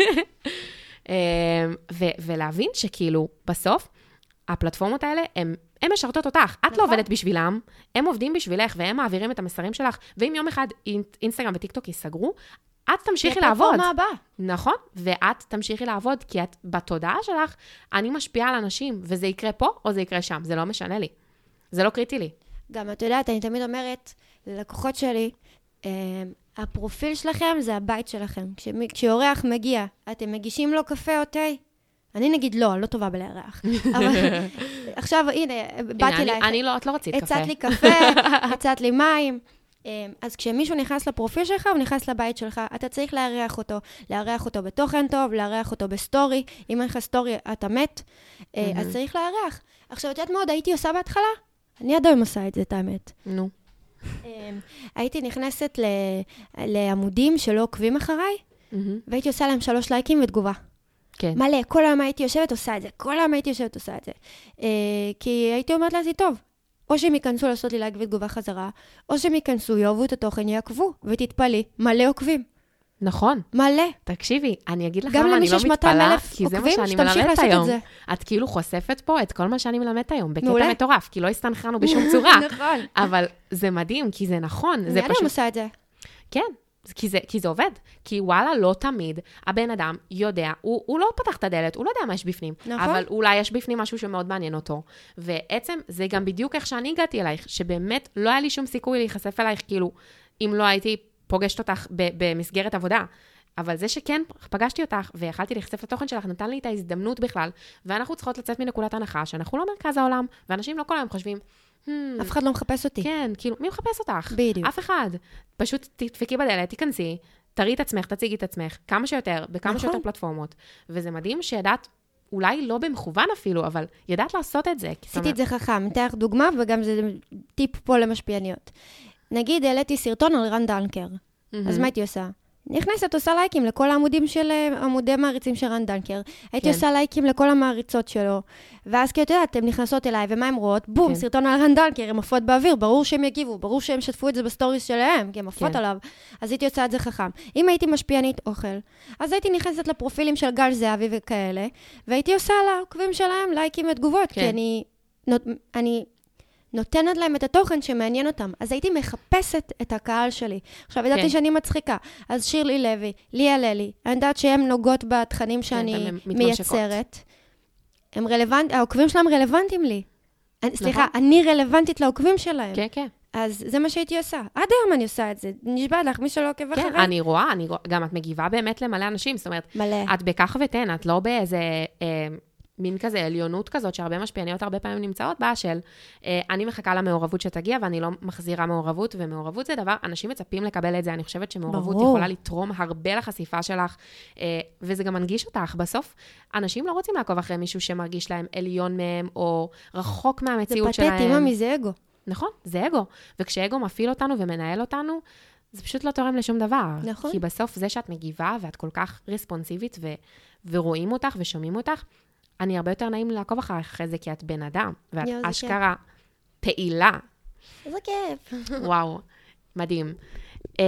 ו- ולהבין שכאילו, בסוף, הפלטפורמות האלה, הם, הם משרתות אותך. את לא עובדת בשבילם, הם עובדים בשבילך, והם מעבירים את המסרים שלך, ואם יום אחד אינסטגרם וטיקטוק ייסגרו, את תמשיכי לעבוד. הפלטפורמה הבאה. נכון, ואת תמשיכי לעבוד, כי את בתודעה שלך, אני משפיעה על אנשים, וזה יקרה פה או זה יקרה שם, זה לא משנה לי. זה לא קריטי לי. גם את יודעת, אני תמיד אומרת, ללקוחות שלי, הפרופיל שלכם זה הבית שלכם. כשאורח מגיע, אתם מגישים לו קפה או תה? אני נגיד לא, אני לא טובה בלארח. אבל עכשיו, הנה, באתי לך. אני לא, את לא רצית קפה. הצעת לי קפה, הצעת לי מים. אז כשמישהו נכנס לפרופיל שלך, הוא נכנס לבית שלך, אתה צריך לארח אותו. לארח אותו בתוכן טוב, לארח אותו בסטורי. אם אין לך סטורי, אתה מת. אז צריך לארח. עכשיו, את יודעת מאוד, הייתי עושה בהתחלה? אני עד היום עושה את זה, את האמת. נו. הייתי נכנסת לעמודים שלא עוקבים אחריי, והייתי עושה להם שלוש לייקים ותגובה. כן. מלא, כל היום הייתי יושבת עושה את זה, כל היום הייתי יושבת עושה את זה. אה, כי הייתי אומרת לעצמי, טוב, או שהם ייכנסו לעשות לי לייק ותגובה חזרה, או שהם ייכנסו, יאהבו את התוכן, יעקבו, ותתפלי, מלא עוקבים. נכון. מלא. תקשיבי, אני אגיד לך גם למה למי אני לא שיש מאתיים מתפלאה, אלף כי זה מה עוקבים, שאני שתמשיך מלמדת לעשות היום. את זה. את כאילו חושפת פה את כל מה שאני מלמדת היום, בקטע מעולה. מטורף, כי לא הסתנכרנו בשום צורה. נכון. אבל זה מדהים, כי זה נכון. זה אני עד היום פשוט... עושה את זה. כן, כי זה, כי זה עובד. כי וואלה, לא תמיד הבן אדם יודע, הוא, הוא לא פתח את הדלת, הוא לא יודע מה יש בפנים. נכון. אבל אולי יש בפנים משהו שמאוד מעניין אותו. ועצם, זה גם בדיוק איך שאני הגעתי אלייך, שבאמת לא היה לי שום סיכוי להיחשף אלייך, כאילו, אם לא הייתי פוגשת אותך ב- במסגרת עבודה. אבל זה שכן פגשתי אותך ויכלתי להיחשף לתוכן שלך, נתן לי את ההזדמנות בכלל, ואנחנו צריכות לצאת מנקודת הנחה, שאנחנו לא מרכז העולם, ואנשים לא כל היום חושבים, אף אחד לא מחפש אותי. כן, כאילו, מי מחפש אותך? בדיוק. אף אחד. פשוט תדפקי בדלת, תיכנסי, תראי את עצמך, תציגי את עצמך, כמה שיותר, בכמה נכון. שיותר פלטפורמות. וזה מדהים שידעת, אולי לא במכוון אפילו, אבל ידעת לעשות את זה. עשיתי את זה חכם, אתן לך דוגמה, וגם זה טיפ פה למשפיעניות. נגיד, העליתי סרטון על רן דנקר. אז מה הייתי עושה? נכנסת, עושה לייקים לכל העמודים של, עמודי מעריצים של רן דנקר. הייתי כן. עושה לייקים לכל המעריצות שלו. ואז כי את יודעת, הן נכנסות אליי, ומה הן רואות? בום, כן. סרטון על רן דנקר, הן עפות באוויר, ברור שהם יגיבו, ברור שהם שתפו את זה בסטוריס שלהם, כי הן עפות כן. עליו. אז הייתי עושה את זה חכם. אם הייתי משפיענית אוכל, אז הייתי נכנסת לפרופילים של גל זהבי וכאלה, והייתי עושה לעוקבים שלהם לייקים ותגובות, כן. כי אני, אני נותנת להם את התוכן שמעניין אותם. אז הייתי מחפשת את הקהל שלי. עכשיו, ידעתי כן. שאני מצחיקה. אז שירלי לוי, ליה ללי, אני יודעת שהן נוגעות בתכנים שאני הן מתממשקות. מייצרת. הם רלוונט, העוקבים שלהם רלוונטיים לי. אני- סליחה, נכון. אני רלוונטית לעוקבים שלהם. כן, כן. אז זה מה שהייתי עושה. עד היום אני עושה את זה. נשבע לך, מי שלא עוקב כן, אחריי. אני רואה, אני רואה, גם את מגיבה באמת למלא אנשים, זאת אומרת, מלא. את בכך ותן, את לא באיזה אה, מין כזה עליונות כזאת, שהרבה משפיעניות הרבה פעמים נמצאות בה, של אה, אני מחכה למעורבות שתגיע, ואני לא מחזירה מעורבות, ומעורבות זה דבר, אנשים מצפים לקבל את זה, אני חושבת שמעורבות ברור. יכולה לתרום הרבה לחשיפה שלך, אה, וזה גם מנגיש אותך. בסוף, אנשים לא רוצים לעקוב אחרי מישהו שמרגיש להם עליון מהם, או רחוק זה מהמציאות שלהם. פתטי, ממי, זה אגו. נכון, זה אגו. וכשאגו מפעיל אותנו ומנהל אותנו, זה פשוט לא תורם לשום דבר. נכון. כי בסוף זה שאת מגיבה ואת כל כך רספונסיבית ו- ורואים אותך ושומעים אותך, אני הרבה יותר נעים לעקוב אחריך אחרי זה, כי את בן אדם, ואת יו, זה אשכרה פעילה. זה כיף. וואו, מדהים. אמ,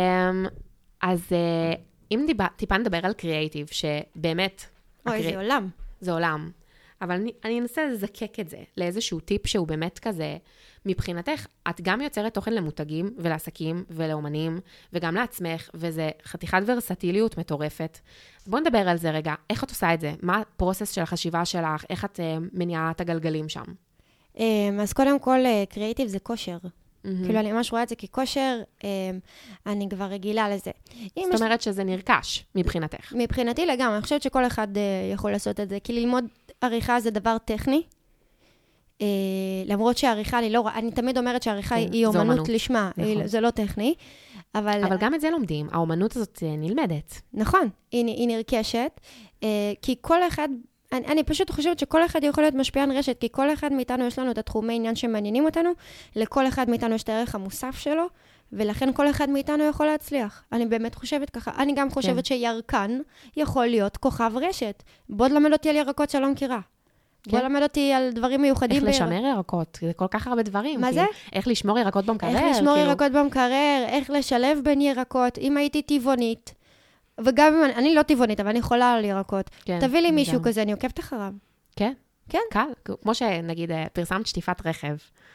אז אה, אם דיבה, טיפה נדבר על קריאייטיב, שבאמת... אוי, הקרי- זה עולם. זה עולם. אבל אני, אני אנסה לזקק את זה לאיזשהו טיפ שהוא באמת כזה, מבחינתך, את גם יוצרת תוכן למותגים ולעסקים ולאומנים, וגם לעצמך, וזה חתיכת ורסטיליות מטורפת. אז בואו נדבר על זה רגע. איך את עושה את זה? מה הפרוסס של החשיבה שלך? איך את uh, מניעה את הגלגלים שם? Um, אז קודם כל, קריאיטיב זה כושר. כאילו, אני ממש רואה את זה ככושר, um, אני כבר רגילה לזה. זאת אומרת שזה נרכש מבחינתך. מבחינתי לגמרי, אני חושבת שכל אחד uh, יכול לעשות את זה, כי ללמוד עריכה זה דבר טכני, uh, למרות שעריכה, אני, לא, אני תמיד אומרת שעריכה כן, היא זה אומנות אומנות. לשמה, נכון. היא, זה לא טכני, אבל... אבל גם את זה לומדים. האומנות הזאת uh, נלמדת. נכון, היא, היא נרכשת, uh, כי כל אחד... אני, אני פשוט חושבת שכל אחד יכול להיות משפיען רשת, כי כל אחד מאיתנו יש לנו את התחומי עניין שמעניינים אותנו, לכל אחד מאיתנו יש את הערך המוסף שלו, ולכן כל אחד מאיתנו יכול להצליח. אני באמת חושבת ככה. אני גם חושבת כן. שירקן יכול להיות כוכב רשת. בוא למד אותי על ירקות שלא מכירה. כן. בוא למד אותי על דברים מיוחדים. איך לשמר ירקות, זה כל כך הרבה דברים. מה כאילו, זה? איך לשמור ירקות במקרר. איך לשמור כאילו... ירקות במקרר, איך לשלב בין ירקות. אם הייתי טבעונית, וגם אם אני, אני לא טבעונית, אבל אני יכולה על ירקות. כן, תביא לי מישהו גם. כזה, אני עוקבת אחריו. כן? כן. קל. כמו שנגיד, פרסמת שטיפת רכב.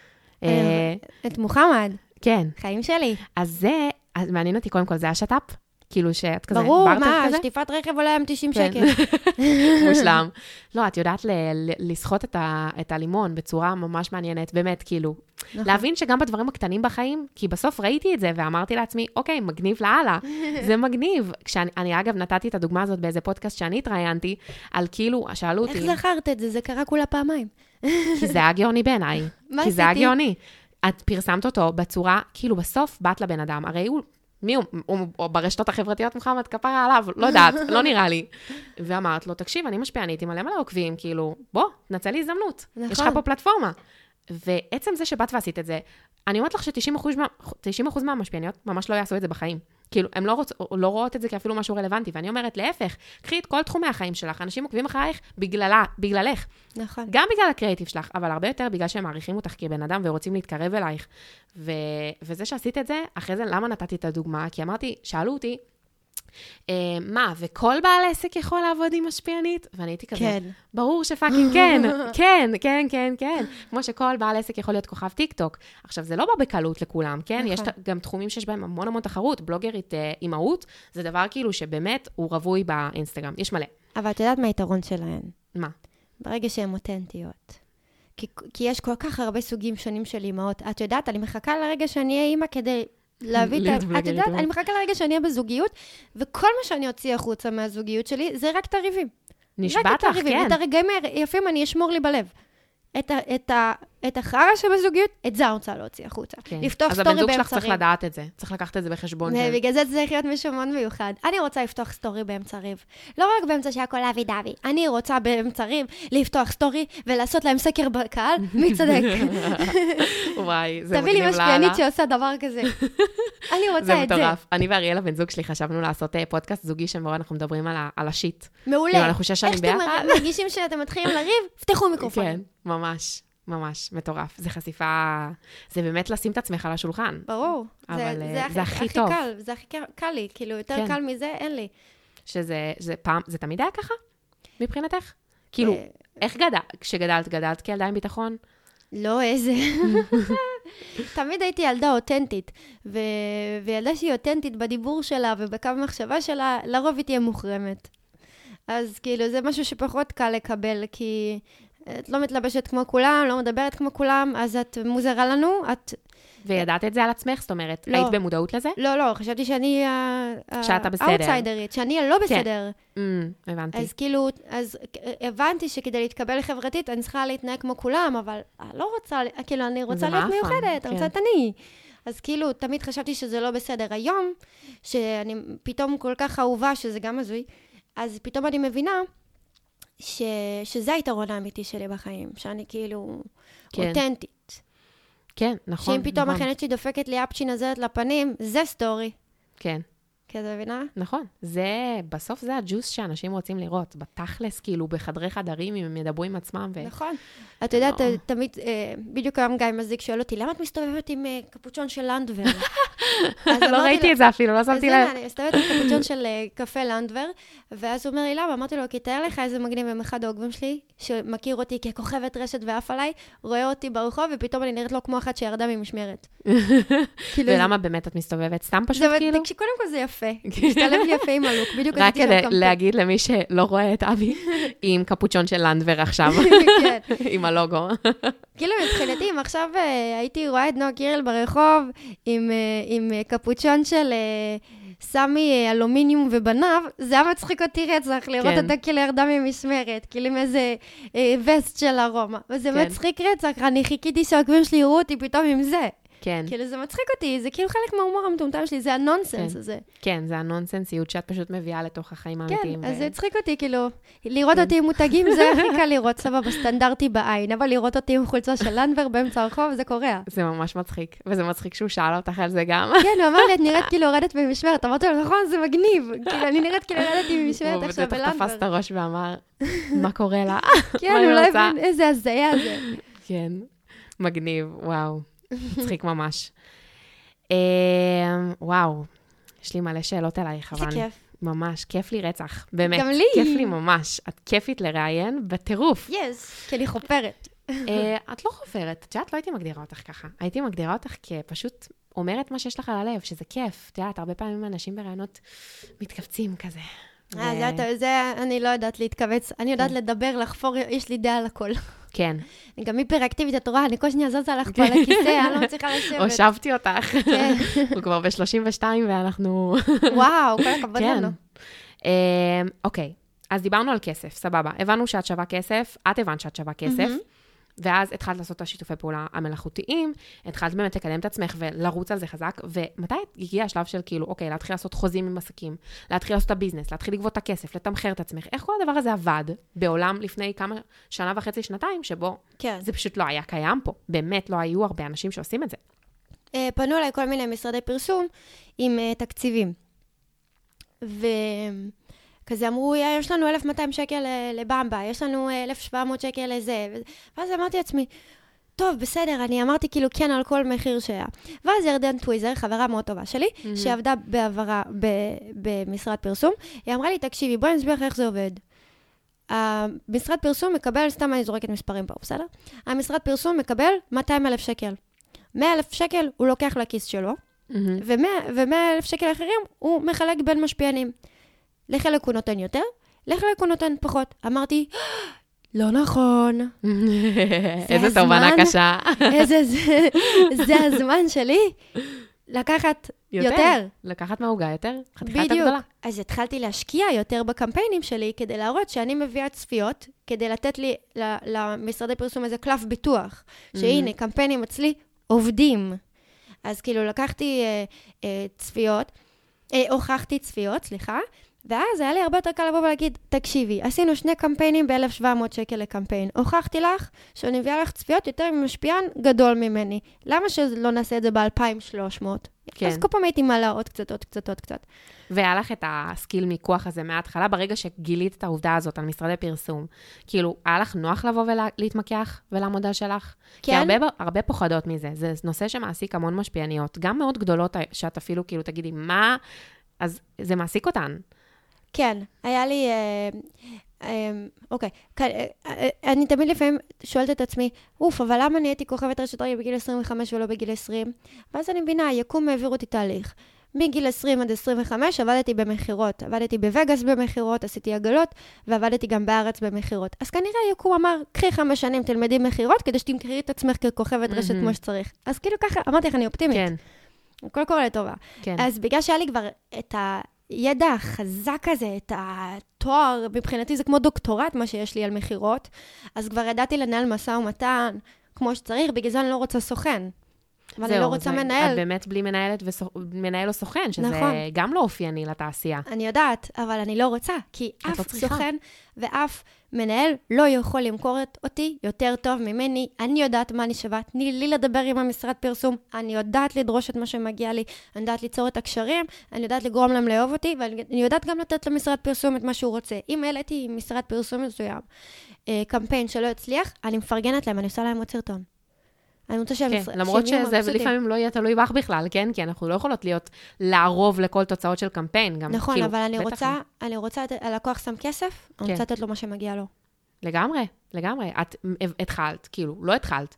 את מוחמד. כן. חיים שלי. אז זה, אז מעניין אותי קודם כל, זה השטאפ? כאילו שאת כזה, ברור, מה, שטיפת רכב עולה עם תשעים שקל. מושלם. לא, את יודעת לסחוט את הלימון בצורה ממש מעניינת, באמת, כאילו, להבין שגם בדברים הקטנים בחיים, כי בסוף ראיתי את זה ואמרתי לעצמי, אוקיי, מגניב להלאה, זה מגניב. כשאני אגב נתתי את הדוגמה הזאת באיזה פודקאסט שאני התראיינתי, על כאילו, שאלו אותי... איך זכרת את זה? זה קרה כולה פעמיים. כי זה היה גאוני בעיניי. מה כי זה היה גאוני. את פרסמת אותו בצורה, כאילו בסוף באת לבן אדם, הרי הוא... מי הוא? הוא, הוא ברשתות החברתיות מוחמד, כפרה עליו, לא יודעת, לא נראה לי. ואמרת לו, תקשיב, אני משפיענית, עם מלא מלא עוקבים, כאילו, בוא, נצא לי הזדמנות. נכון. יש לך פה פלטפורמה. ועצם זה שבאת ועשית את זה, אני אומרת לך ש-תשעים אחוז מהמשפיעניות ממש לא יעשו את זה בחיים. כאילו, הן לא, רוצ, לא רואות את זה כאפילו משהו רלוונטי, ואני אומרת, להפך, קחי את כל תחומי החיים שלך, אנשים עוקבים אחרייך בגללה, בגללך. נכון. גם בגלל הקריאיטיב שלך, אבל הרבה יותר בגלל שהם מעריכים אותך כבן אדם ורוצים להתקרב אלייך. ו... וזה שעשית את זה, אחרי זה, למה נתתי את הדוגמה? כי אמרתי, שאלו אותי, מה, וכל בעל עסק יכול לעבוד עם משפיענית? ואני הייתי כזה, כן. ברור שפאקינג כן, כן, כן, כן, כן. כמו שכל בעל עסק יכול להיות כוכב טיק טוק. עכשיו, זה לא בא בקלות לכולם, כן? יש גם תחומים שיש בהם המון המון תחרות. בלוגרית אימהות, זה דבר כאילו שבאמת הוא רווי באינסטגרם. יש מלא. אבל את יודעת מה היתרון שלהן? מה? ברגע שהן אותנטיות. כי, כי יש כל כך הרבה סוגים שונים של אימהות. את יודעת, אני מחכה לרגע שאני אהיה אימא כדי להביא את ה... את יודעת, אני מחכה לרגע שאני אהיה בזוגיות, וכל מה שאני אוציא החוצה מהזוגיות שלי, זה רק תריבים. נשבעת לך, כן. את הרגעים היפים אני אשמור לי בלב. את, ה, את, ה, את החרא שבזוגיות, את זה אני רוצה להוציא החוצה. כן. לפתוח אז סטורי הבן זוג באמצע שלך צריך ריב. לדעת את זה. צריך לקחת את זה בחשבון. בגלל זה צריך להיות משהו מאוד מיוחד. אני רוצה לפתוח סטורי באמצע ריב. לא רק באמצע שהכל אבי דבי. אני רוצה באמצע ריב לפתוח סטורי ולעשות להם סקר בקהל. מי צדק? וואי, זה תביא לי משפיענית שעושה דבר כזה. אני רוצה את זה. זה מטורף. אני ואריאל, הבן זוג שלי, חשבנו לעשות פודקאסט זוגי שבו אנחנו מדברים על השיט. מעולה. אנחנו שש שנים ביחד. איך שאתם מרגישים שאתם מתחילים לריב, פתחו מיקרופון. כן, ממש. ממש, מטורף. זה חשיפה, זה באמת לשים את עצמך על השולחן. ברור. אבל זה, זה, זה זה הכי, הכי טוב. קל, זה הכי קל לי, כאילו, יותר כן. קל מזה, אין לי. שזה, זה פעם, זה תמיד היה ככה? מבחינתך? כאילו, איך גדל, כשגדלת, גדלת כילדה עם ביטחון? לא, איזה. תמיד הייתי ילדה אותנטית, ו... וילדה שהיא אותנטית בדיבור שלה ובקו מחשבה שלה, לרוב היא תהיה מוחרמת. אז כאילו, זה משהו שפחות קל לקבל, כי את לא מתלבשת כמו כולם, לא מדברת כמו כולם, אז את מוזרה לנו, את... וידעת את זה על עצמך? זאת אומרת, לא. היית במודעות לזה? לא, לא, חשבתי שאני שאתה בסדר. האוטסיידרית, שאני לא בסדר. כן. Mm, הבנתי. אז כאילו, אז הבנתי שכדי להתקבל חברתית, אני צריכה להתנהג כמו כולם, אבל אני לא רוצה, כאילו, אני רוצה להיות מיוחדת, כן. אני רוצה את אני. אז כאילו, תמיד חשבתי שזה לא בסדר. היום, שאני פתאום כל כך אהובה, שזה גם הזוי, אז פתאום אני מבינה, ש... שזה היתרון האמיתי שלי בחיים, שאני כאילו כן. אותנטית. כן, נכון. שאם פתאום נכון. החנת שלי דופקת לי אפצ'י נזלת לפנים, זה סטורי. כן. כזה מבינה? נכון. זה, בסוף זה הג'וס שאנשים רוצים לראות. בתכלס, כאילו, בחדרי חדרים, אם הם ידברו עם עצמם. ו... נכון. את יודעת, לא. תמיד, בדיוק היום גיא מזיק שואל אותי, למה את מסתובבת עם קפוצ'ון של לנדבר? לא ראיתי את זה אפילו, לא שמתי לב. אני מסתובבת עם קפוצ'ון של קפה לנדבר, ואז הוא אומר לי, למה? אמרתי לו, כי תאר לך איזה מגניב עם אחד העוקבים שלי, שמכיר אותי ככוכבת רשת ואף עליי, רואה אותי ברחוב, ופתאום אני נראית לו כמו אחת שירדה ממשמרת. ולמה באמת את מסתובבת? סתם פשוט כאילו? קודם כל זה יפה. משתלב לי יפה עם הלוק. רק כדי להגיד למי שלא רואה את אבי, עם קפוצ'ון של לנדבר עכשיו. עם הלוגו. כאילו, מבחינתי, אם עכשיו הייתי רואה את נועה קירל ברחוב, עם קפוצ'ון של סמי אלומיניום ובניו, זה היה מצחיק אותי רצח, לראות אותה כאילו ירדה ממשמרת, כאילו עם איזה וסט של ארומה. וזה מצחיק רצח, אני חיכיתי שהעוקבים שלי יראו אותי פתאום עם זה. כן. כאילו זה מצחיק אותי, זה כאילו חלק מההומור המטומטם שלי, זה הנונסנס כן. הזה. כן, זה הנונסנסיות שאת פשוט מביאה לתוך החיים האמיתיים. כן, אז ו... זה הצחיק אותי, כאילו, לראות כן. אותי עם מותגים, זה הכי קל לראות סבבה סטנדרטי בעין, אבל לראות אותי עם חולצה של לנדבר באמצע הרחוב, זה קורע. זה ממש מצחיק, וזה מצחיק שהוא שאל אותך על זה גם. כן, הוא אמר לי, את נראית כאילו הורדת במשמרת, אמרתי לו, נכון, זה מגניב, כאילו, אני נראית כאילו הורדתי במשמרת עכשיו בלנדבר. הוא תפס את הראש ואמר, מה קורה לה? כן, הוא לא הבין איזה הזיה זה. כן, מגניב, וואו, מצחיק ממש. וואו, יש לי מלא שאלות עלייך, אבל זה כיף. ממש, כיף לי רצח, באמת. גם לי. כיף לי ממש. את כיפית לראיין בטירוף. יס, כי אני חופרת. את לא חופרת, את יודעת, לא הייתי מגדירה אותך ככה. הייתי מגדירה אותך כפשוט אומרת מה שיש לך על הלב, שזה כיף. את יודעת, הרבה פעמים אנשים ברעיונות מתכווצים כזה. זה אני לא יודעת להתכווץ, אני יודעת לדבר, לחפור, יש לי דעה על הכל. כן. אני גם היפראקטיבית, את רואה, אני כל שניה זזה לך פה על הכיסא, אני לא מצליחה לשבת. הושבתי אותך. כן. הוא כבר ב-שלושים ושתיים ואנחנו... וואו, כל הכבוד לנו. אוקיי, אז דיברנו על כסף, סבבה. הבנו שאת שווה כסף, את הבנת שאת שווה כסף, ואז התחלת לעשות את השיתופי פעולה המלאכותיים, התחלת באמת לקדם את עצמך ולרוץ על זה חזק, ומתי הגיע השלב של כאילו, אוקיי, להתחיל לעשות חוזים עם עסקים, להתחיל לעשות את הביזנס, להתחיל לגבות את הכסף, לתמחר את עצמך, איך כל הדבר הזה עבד בעולם לפני כמה שנה וחצי, שנתיים, שבו כן. זה פשוט לא היה קיים פה, באמת לא היו הרבה אנשים שעושים את זה. פנו אליי כל מיני משרדי פרסום עם תקציבים, ו... כזה אמרו, יש לנו אלף ומאתיים שקל לבמבה, יש לנו אלף ושבע מאות שקל לזה. ואז אמרתי לעצמי, טוב, בסדר, אני אמרתי כאילו כן על כל מחיר שהיה. ואז ירדן טוויזר, חברה מאוד טובה שלי, mm-hmm. שעבדה בעברה במשרד פרסום, היא אמרה לי, תקשיבי, בואי נסביר איך זה עובד. המשרד פרסום מקבל, סתם אני זורקת מספרים פה, בסדר? המשרד פרסום מקבל מאתיים אלף שקל. מאה אלף שקל הוא לוקח לכיס שלו, mm-hmm. ו-מאה אלף שקל אחרים הוא מחלק בין משפיענים. לחלק הוא נותן יותר, לחלק הוא נותן פחות. אמרתי, לא נכון. איזה תובנה קשה. איזה, זה הזמן שלי לקחת יותר. לקחת מהעוגה יותר, חתיכה יותר גדולה. אז התחלתי להשקיע יותר בקמפיינים שלי, כדי להראות שאני מביאה צפיות, כדי לתת לי למשרדי פרסום איזה קלף ביטוח, שהנה, קמפיינים אצלי עובדים. אז כאילו לקחתי צפיות, הוכחתי צפיות, סליחה, ואז היה לי הרבה יותר קל לבוא ולהגיד, תקשיבי, עשינו שני קמפיינים ב-אלף שבע מאות שקל לקמפיין. הוכחתי לך שאני מביאה לך צפיות יותר ממשפיען גדול ממני. למה שלא נעשה את זה ב-אלפיים ושלוש מאות? כן. אז כל פעם הייתי מעלה עוד קצת, עוד קצת, עוד קצת. והיה לך את הסקיל מיקוח הזה מההתחלה, ברגע שגילית את העובדה הזאת על משרדי פרסום, כאילו, היה לך נוח לבוא ולהתמקח ולעמוד על שלך? כן. כי הרבה, הרבה פוחדות מזה. זה נושא שמעסיק המון משפיעניות, גם מאוד גדולות, שאת אפילו כאילו תגידי, מה? אז זה מעסיק אותן. כן, היה לי, אוקיי, אני תמיד לפעמים שואלת את עצמי, אוף, אבל למה אני הייתי כוכבת רשת רגע בגיל עשרים וחמש ולא בגיל עשרים? ואז אני מבינה, יקום העביר אותי תהליך. מגיל עשרים עד עשרים וחמש עבדתי במחירות, עבדתי בווגאס במחירות, עשיתי עגלות, ועבדתי גם בארץ במחירות. אז כנראה יקום אמר, קחי חמש שנים, תלמדי מחירות, כדי שתמכרי את עצמך ככוכבת רשת כמו שצריך. אז כאילו ככה, אמרתי לך, אני אופטימית. כן. הכל קורה לטובה. כן. אז בגלל שהיה לי כבר את ה... ידע חזק הזה, את התואר, מבחינתי זה כמו דוקטורט מה שיש לי על מחירות, אז כבר ידעתי לנהל משא ומתן כמו שצריך, בגלל זה אני לא רוצה סוכן. אבל אני לא רוצה מנהל. את באמת בלי מנהלת ומנהל או סוכן, שזה גם לא אופייני לתעשייה. אני יודעת, אבל אני לא רוצה, כי אף סוכן ואף מנהל לא יכול למכור אותי יותר טוב ממני. אני יודעת מה אני שווה, תני לי לדבר עם המשרד פרסום, אני יודעת לדרוש את מה שמגיע לי, אני יודעת ליצור את הקשרים, אני יודעת לגרום להם לאהוב אותי, ואני יודעת גם לתת למשרד פרסום את מה שהוא רוצה. אם העליתי משרד פרסום מסוים, קמפיין שלא הצליח, אני מפרגנת להם, אני עושה להם עוד סרטון. אני רוצה שהם... כן, למרות שזה לפעמים לא יהיה תלוי בך בכלל, כן? כי אנחנו לא יכולות להיות לערוב לכל תוצאות של קמפיין. נכון, אבל אני רוצה, אני רוצה, הלקוח שם כסף, אני רוצה לתת לו מה שמגיע לו. לגמרי, לגמרי. את התחלת, כאילו, לא התחלת.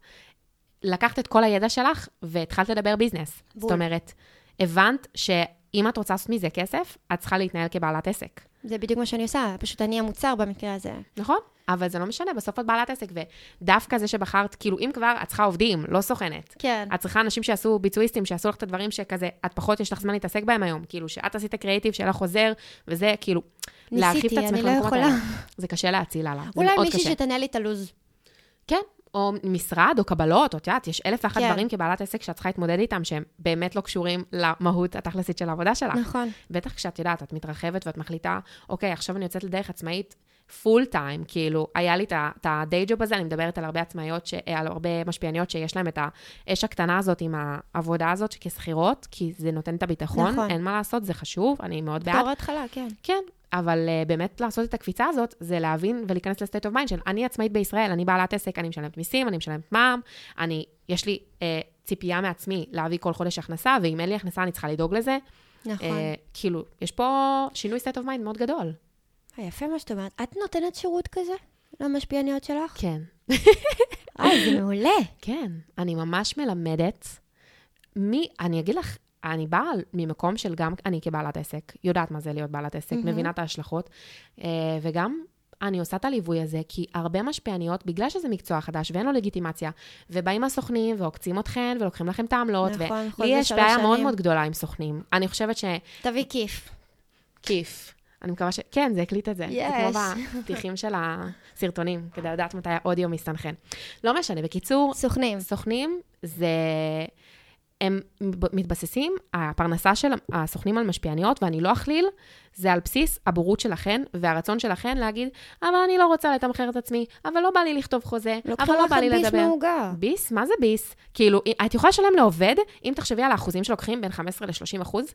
לקחת את כל הידע שלך והתחלת לדבר ביזנס. זאת אומרת, הבנת שאם את רוצה לעשות מזה כסף, את צריכה להתנהל כבעלת עסק. זה בדיוק מה שאני עושה, פשוט אני המוצר במקרה הזה. נכון, אבל זה לא משנה, בסוף את בעלת עסק, ודווקא זה שבחרת, כאילו אם כבר, את צריכה עובדים, לא סוכנת. כן. את צריכה אנשים שיעשו ביצועיסטים, שיעשו לך את הדברים שכזה, את פחות יש לך זמן להתעסק בהם היום, כאילו שאת עשית קריאיטיב שלה חוזר, וזה כאילו, להרחיב את עצמך. ניסיתי, אני לא יכולה. זה קשה להציל עליו. אולי מישהי שתנהל לי את הלוז. כן. או משרד, או קבלות, או תיאת, יש אלף ואחת דברים כבעלת עסק שאת צריכה להתמודד איתם, שהם באמת לא קשורים למהות התכלסית של העבודה שלך. נכון. בטח כשאת יודעת, את מתרחבת ואת מחליטה, אוקיי, עכשיו אני יוצאת לדרך עצמאית, פול טיים, כאילו, היה לי את הדיי ג'וב הזה, אני מדברת על הרבה עצמאיות, על הרבה משפיעניות שיש להם את האש הקטנה הזאת עם העבודה הזאת כסחירות, כי זה נותן את הביטחון, נכון. אין מה לעשות, זה חשוב, אני מאוד בעד. תור התחלה, כן. כן. אבל uh, באמת לעשות את הקפיצה הזאת, זה להבין ולהיכנס לסטייט אוף מיינד של אני עצמאית בישראל, אני בעלת עסק, אני משלמת מיסים, אני משלמת מע"מ, אני, יש לי uh, ציפייה מעצמי להביא כל חודש הכנסה, ואם אין לי הכנסה, אני צריכה לדאוג לזה. נכון. Uh, כאילו, יש פה שינוי סטייט אוף מיינד מאוד גדול. יפה מה שאת אומרת. את נותנת שירות כזה למשפיעניות שלך? כן. אה, זה מעולה. כן, אני ממש מלמדת. מי, אני אגיד לך, אני באה ממקום של גם, אני כבעלת עסק, יודעת מה זה להיות בעלת עסק, mm-hmm. מבינה את ההשלכות, וגם אני עושה את הליווי הזה, כי הרבה משפיעניות, בגלל שזה מקצוע חדש, ואין לו לגיטימציה, ובאים הסוכנים, ועוקצים אתכן, ולוקחים לכם את העמלות, נכון, ולי יש בעיה מאוד מאוד גדולה עם סוכנים. אני חושבת ש... תביא כיף. כיף. אני מקווה ש... כן, זה הקליט את זה. Yes. זה כמו בפתיחים של הסרטונים, כדי לדעת מתי האודיו מסתנכן. לא משנה, בקיצור... סוכנים. סוכנים זה... הם מתבססים, הפרנסה של הסוכנים על משפיעניות, ואני לא אכליל, זה על בסיס הבורות שלכן, והרצון שלכן להגיד, אבל אני לא רוצה לתמחר את עצמי, אבל לא בא לי לכתוב חוזה, אבל לא בא לי לדבר. ביס מהוגה. ביס? מה זה ביס? כאילו, את יכולה לשלם לעובד, אם תחשבי על האחוזים שלוקחים בין חמישה עשר ל-שלושים אחוז,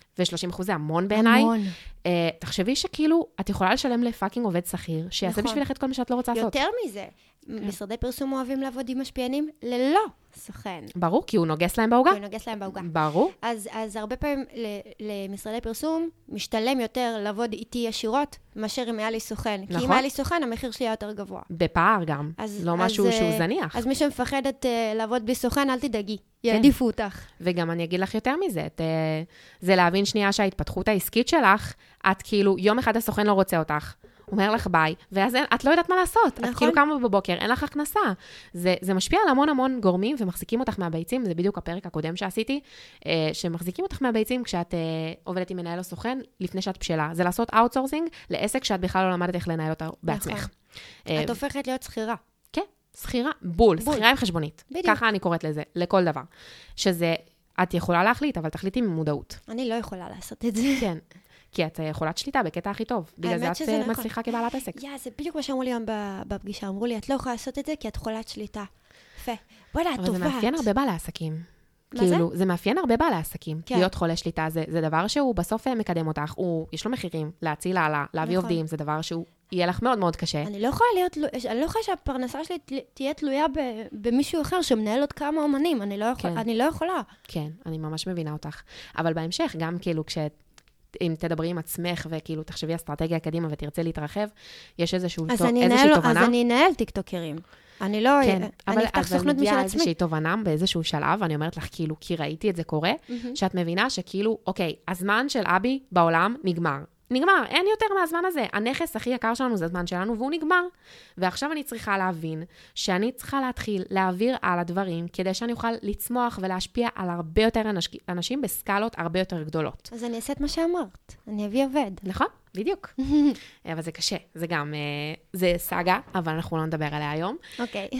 ו-שלושים אחוז זה המון בעיניי. המון. Uh, תחשבי שכאילו, את יכולה לשלם לפאקינג עובד שכיר, שיעשה נכון. בשבילך את כל מה שאת לא רוצה לעשות. יותר מזה, משרדי פרסום אוהבים לעבוד עם משפיענים ללא סוכן. ברור, כי הוא נוגס להם בעוגה. כי הוא נוגס להם בעוגה. ברור. אז, אז הרבה פעמים ל- למשרדי פרסום משתלם יותר לעבוד איתי ישירות, מאשר אם היה לי סוכן. נכון. כי אם היה לי סוכן, המחיר שלי היה יותר גבוה. בפער גם. אז, לא אז, משהו אז, שהוא זניח. אז מי שמפחדת uh, לעבוד בלי סוכן, אל תדאגי. יעדיפו אותך. וגם אני אגיד לך יותר מזה, את, זה להבין שנייה שההתפתחות העסקית שלך, את כאילו, יום אחד הסוכן לא רוצה אותך, אומר לך ביי, ואז את לא יודעת מה לעשות. נכון. את כאילו קמה בבוקר, אין לך הכנסה. זה, זה משפיע על המון המון גורמים, ומחזיקים אותך מהביצים, זה בדיוק הפרק הקודם שעשיתי, שמחזיקים אותך מהביצים כשאת עובדת עם מנהל או סוכן, לפני שאת בשלה. זה לעשות אאוטסורסינג לעסק שאת בכלל לא למדת איך לנהל אותה בעצמך. נכון. את הופכת להיות שכירה. כן, שכירה, בול, בול. שכירה עם חשבונית. בדיוק. ככה אני קוראת לזה, לכל דבר. שזה, את יכולה להחליט, אבל תחליטי ממודעות. אני לא יכולה לעשות את זה. כן. כי את יכולת שליטה בקטע הכי טוב. בגלל זה את מצליחה כבעלת עסק. יא, זה בדיוק מה שאמרו לי היום בפגישה. אמרו לי, את לא יכולה לעשות את זה כי את יכולת שליטה. יפה. בוא'נה, את טובעת. אבל זה מאפיין הרבה בעלי עסקים. מה זה? זה מאפיין הרבה בעלי עסקים. להיות חולה שליטה, זה דבר שהוא בסוף מקדם אותך. יש לו מחירים, להציל הלאה, להביא עובדים, זה דבר שהוא יהיה לך מאוד מאוד קשה. אני לא יכולה להיות, אני לא יכולה שהפרנסה שלי תהיה תלויה במישהו אחר שמנהל עוד כמה אומנים. אני לא יכולה. כן, אני ממש מבינה אותך. אבל בהמשך, גם כאילו כש... אם תדברי עם עצמך וכאילו תחשבי אסטרטגיה קדימה ותרצה להתרחב, יש איזשהו, איזושהי תובנה. אז אני אנהל טיקטוקרים. אני לא, כן, אני אפתח סוכנות משל עצמי. איזושהי תובנה באיזשהו שלב, ואני אומרת לך כאילו, כי ראיתי את זה קורה, שאת מבינה שכאילו, אוקיי, הזמן של אבי בעולם נגמר. נגמר, אין יותר מהזמן הזה. הנכס הכי יקר שלנו זה הזמן שלנו, והוא נגמר. ועכשיו אני צריכה להבין שאני צריכה להתחיל להעביר על הדברים, כדי שאני אוכל לצמוח ולהשפיע על הרבה יותר אנשים בסקלות הרבה יותר גדולות. אז אני אעשה את מה שאמרת. אני אביא עובד. נכון, בדיוק. אבל זה קשה. זה גם, זה סאגה, אבל אנחנו לא נדבר עליה היום. אוקיי.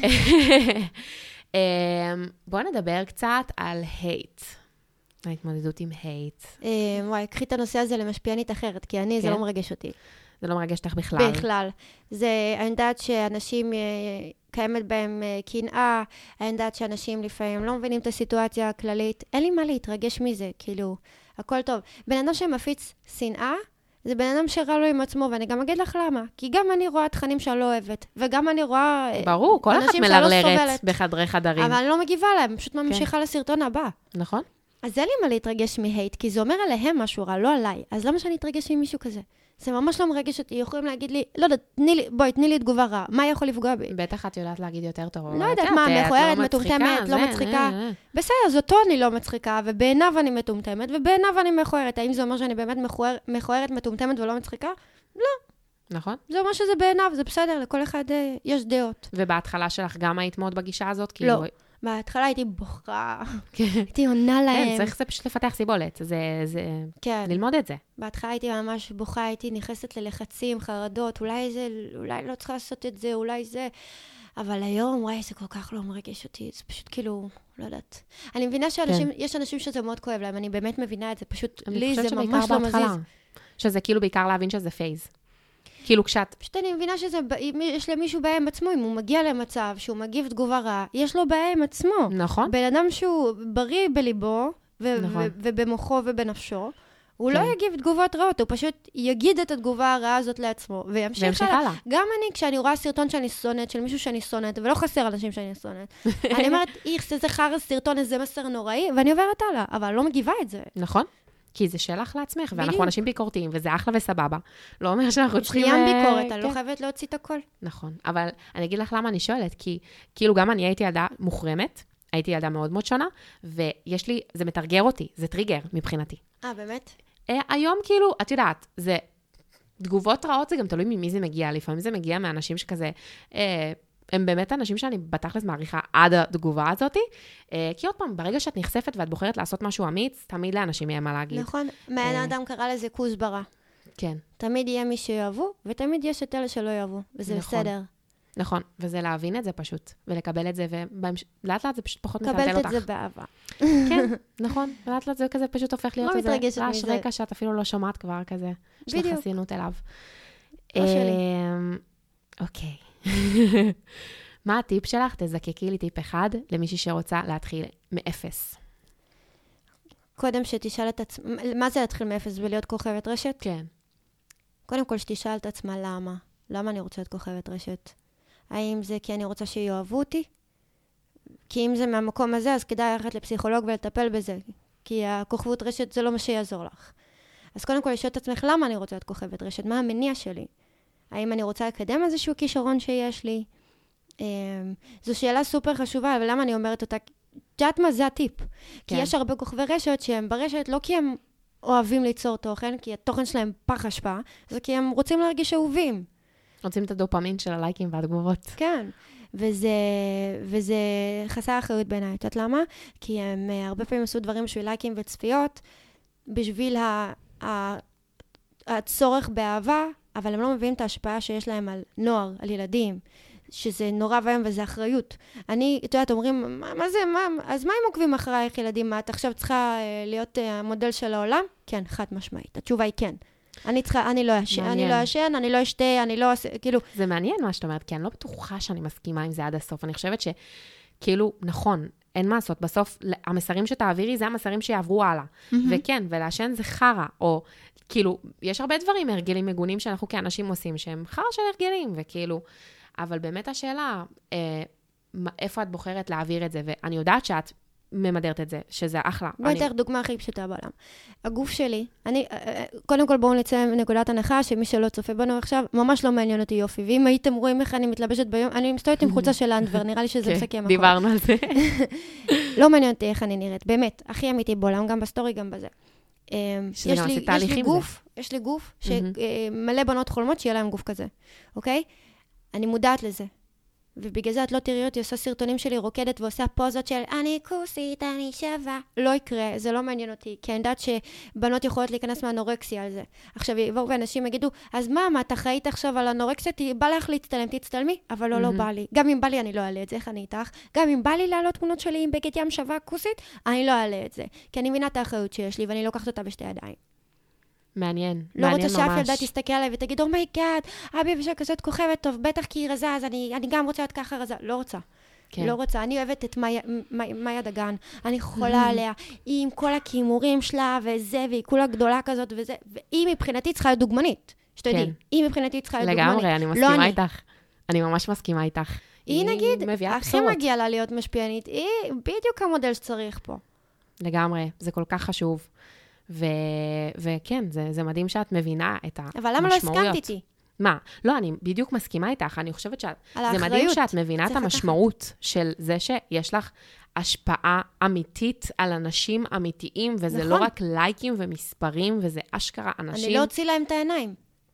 בואו נדבר קצת על הייט. ההתמודדות עם הייט. וואי, קחי את הנושא הזה למשפיענית אחרת, כי אני, זה לא מרגש אותי. זה לא מרגש אותך בכלל. בכלל. זה, אני יודעת שאנשים, קיימת בהם קנאה, אני יודעת שאנשים לפעמים לא מבינים את הסיטואציה הכללית. אין לי מה להתרגש מזה, כאילו, הכל טוב. בן אדם שמפיץ שנאה, זה בן אדם שרע לו עם עצמו, ואני גם אגיד לך למה. כי גם אני רואה תכנים שאני לא אוהבת, וגם אני רואה ברור, כל אחת מלרלרת בחדרי חדרים. אבל אני לא מגיבה להם, פשוט ממשיכה לסרטון הבא. נכון. אז אין לי מה להתרגש מהייט, כי זה אומר עליהם משהו רע, לא עליי. אז למה שאני אתרגש ממישהו כזה? זה ממש לא מרגש אותי. יכולים להגיד לי, לא יודעת, בואי, תני לי תגובה רע. מה יכול לפגוע בי? בטח את יודעת להגיד יותר טוב. לא יודעת מה, מכוערת, מטומטמת, לא מצחיקה. בסדר, אז אותו אני לא מצחיקה, ובעיניו אני מטומטמת, ובעיניו אני מכוערת. האם זה אומר שאני באמת מכוערת, מטומטמת ולא מצחיקה? לא. נכון. זה אומר שזה בעיניו, זה בסדר, לכל אחד יש דעות. ובהתחלה שלך גם היית מאוד בגישה הזאת? לא. בהתחלה הייתי בוכה, הייתי עונה להם. כן, צריך זה פשוט לפתח סיבולת, זה ללמוד את זה. בהתחלה הייתי ממש בוכה, הייתי נכנסת ללחצים, חרדות, אולי זה, אולי לא צריכה לעשות את זה, אולי זה, אבל היום, וואי, זה כל כך לא מרגש אותי, זה פשוט כאילו, לא יודעת. אני מבינה שאנשים, יש אנשים שזה מאוד כואב להם, אני באמת מבינה את זה, פשוט לי זה ממש לא מזיז. שזה כאילו בעיקר להבין שזה פייז. כאילו כשאת... פשוט אני מבינה שזה, יש למישהו בעיה עם עצמו, אם הוא מגיע למצב שהוא מגיב תגובה רע, יש לו בעיה עם עצמו. נכון. בן אדם שהוא בריא בליבו, ו- נכון. ו- ובמוחו ובנפשו, הוא כן. לא יגיב תגובות רעות, הוא פשוט יגיד את התגובה הרעה הזאת לעצמו, וימשיך הלאה. גם אני, כשאני רואה סרטון שאני שונאת, של מישהו שאני שונאת, ולא חסר אנשים שאני שונאת, אני אומרת, איכס, איזה חרא סרטון, איזה מסר נוראי, ואני עוברת הלאה, אבל לא מגיבה את זה. נכון. כי זה שלך לעצמך, ואנחנו אנשים ביקורתיים, וזה אחלה וסבבה. לא אומר שאנחנו צריכים... שנייה ביקורת, אני לא חייבת להוציא את הכל. נכון, אבל אני אגיד לך למה אני שואלת, כי כאילו גם אני הייתי ילדה מוחרמת, הייתי ילדה מאוד מאוד שונה, ויש לי, זה מתרגר אותי, זה טריגר מבחינתי. אה, באמת? היום כאילו, את יודעת, זה... תגובות רעות זה גם תלוי ממי זה מגיע, לפעמים זה מגיע מאנשים שכזה... הם באמת אנשים שאני בתכלס מעריכה עד התגובה הזאת, כי עוד פעם, ברגע שאת נחשפת ואת בוחרת לעשות משהו אמיץ, תמיד לאנשים יהיה מה להגיד. נכון, מעין האדם קרא לזה כוסברה. כן. תמיד יהיה מי שיאהבו, ותמיד יש את אלה שלא יאהבו, וזה בסדר. נכון, וזה להבין את זה פשוט, ולקבל את זה, ולאט לאט זה פשוט פחות מטלטל אותך. קבלת את זה באהבה. כן, נכון, ולאט לאט זה כזה פשוט הופך להיות איזה רעש רקע שאת אפילו לא שומעת כבר כזה, יש לך חסינות אליו. לא שלי. אוקיי. מה הטיפ שלך? תזקקי לי טיפ אחד למישהי שרוצה להתחיל מאפס. קודם שתשאל את עצמה, מה זה להתחיל מאפס ולהיות כוכבת רשת? כן. קודם כל שתשאל את עצמה למה. למה אני רוצה להיות כוכבת רשת? האם זה כי אני רוצה שיאהבו אותי? כי אם זה מהמקום הזה, אז כדאי ללכת לפסיכולוג ולטפל בזה. כי הכוכבות רשת זה לא מה שיעזור לך. אז קודם כל לשאול את עצמך, למה אני רוצה להיות כוכבת רשת? מה המניע שלי? האם אני רוצה לקדם איזשהו כישרון שיש לי? זו שאלה סופר חשובה, אבל למה אני אומרת אותה? ג'את מה זה הטיפ. כן. כי יש הרבה כוכבי רשת שהם ברשת, לא כי הם אוהבים ליצור תוכן, כי התוכן שלהם פח השפעה, זה כי הם רוצים להרגיש אהובים. רוצים את הדופמין של הלייקים והתגובות. כן. וזה, וזה חסר אחריות בעיניי. את יודעת למה? כי הם הרבה פעמים עשו דברים בשביל לייקים וצפיות, בשביל ה, ה, הצורך באהבה, אבל הם לא מביאים את ההשפעה שיש להם על נוער, על ילדים, שזה נורא והם וזה אחריות. אני, את יודעת, אומרים, מה, מה זה, מה, אז מה אם עוקבים אחרייך ילדים? מה, את עכשיו צריכה אה, להיות אה, המודל של העולם? כן, חד משמעית. התשובה היא כן. אני צריכה, אני לא אשן, אני לא אשן, אני לא אשתה, אני לא אעשה, כאילו... זה מעניין מה שאת אומרת, כי אני לא בטוחה שאני מסכימה עם זה עד הסוף. אני חושבת שכאילו, נכון, אין מה לעשות. בסוף, המסרים שתעבירי, זה המסרים שיעברו הלאה. Mm-hmm. וכן, ולעשן זה חרה, או כאילו, יש הרבה דברים, הרגלים מגונים שאנחנו כאנשים עושים, שהם חרה של הרגלים, וכאילו... אבל באמת השאלה, אה, איפה את בוחרת להעביר את זה? ואני יודעת שאת ממדרת את זה, שזה אחלה. בואי אני... תאר דוגמה הכי פשוטה בעולם. הגוף שלי, אני, קודם כל בואו נצא מנקודת הנחה, שמי שלא צופה בנו עכשיו, ממש לא מעניין אותי יופי. ואם הייתם רואים איך אני מתלבשת ביום, אני מסתובבת עם חולצה של לנדבר, נראה לי שזה מסכם הכל. דיברנו על זה. לא מעניין אותי איך אני נראית, באמת, הכי אמיתי בעולם, גם בסטורי, גם בזה. יש לי, יש לי גוף, יש לי גוף, שמלא בנות חולמות שיהיה להם גוף כזה, אוקיי? אני מודעת לזה. ובגלל זה את לא תראי אותי עושה סרטונים שלי רוקדת ועושה פוזות של אני כוסית, אני שווה. לא יקרה, זה לא מעניין אותי, כי אני יודעת שבנות יכולות להיכנס מהאנורקסיה על זה. עכשיו יבואו ואנשים יגידו, אז מה, מה, את אחראית עכשיו על אנורקסיה? בא לך להצטלם, תצטלמי, אבל לא, לא בא לי. גם אם בא לי, אני לא אעלה את זה, איך אני איתך? גם אם בא לי לעלות תמונות שלי עם בגד ים שווה כוסית, אני לא אעלה את זה. כי אני מבינה את האחריות שיש לי, ואני לוקחת אותה בשתי ידיים. מעניין, לא מעניין רוצה ממש. שאף ילדה תסתכל עליי ותגיד, אוי גאד, אבי אבישג כזאת כוכבת טוב, בטח כי היא רזה, אז אני, אני גם רוצה להיות ככה רזה. לא רוצה. כן. לא רוצה. אני אוהבת את מאיה, מאיה דגן. אני חולה עליה. היא עם כל הכימורים שלה וזה, והיא כולה גדולה כזאת וזה. והיא מבחינתי צריכה להיות דוגמנית. שתדעי, כן. היא מבחינתי צריכה להיות לגמרי, דוגמנית. אני מסכימה לא איתך. אני. אני ממש מסכימה איתך. היא, היא נגיד, הכי מגיעה לה להיות משפיענית. היא בדיוק המודל שצריך פה. לגמרי, זה כל כך חשוב. ו... וכן, זה, זה מדהים שאת מבינה את המשמעויות. אבל למה לא הסכמת איתי? מה? לא, אני בדיוק מסכימה איתך. אני חושבת שאת... זה מדהים שאת מבינה את המשמעות לקחת. של זה שיש לך השפעה אמיתית על אנשים אמיתיים, וזה נכון. לא רק לייקים ומספרים, וזה אשכרה אנשים... אני לא הוציא להם את העיניים.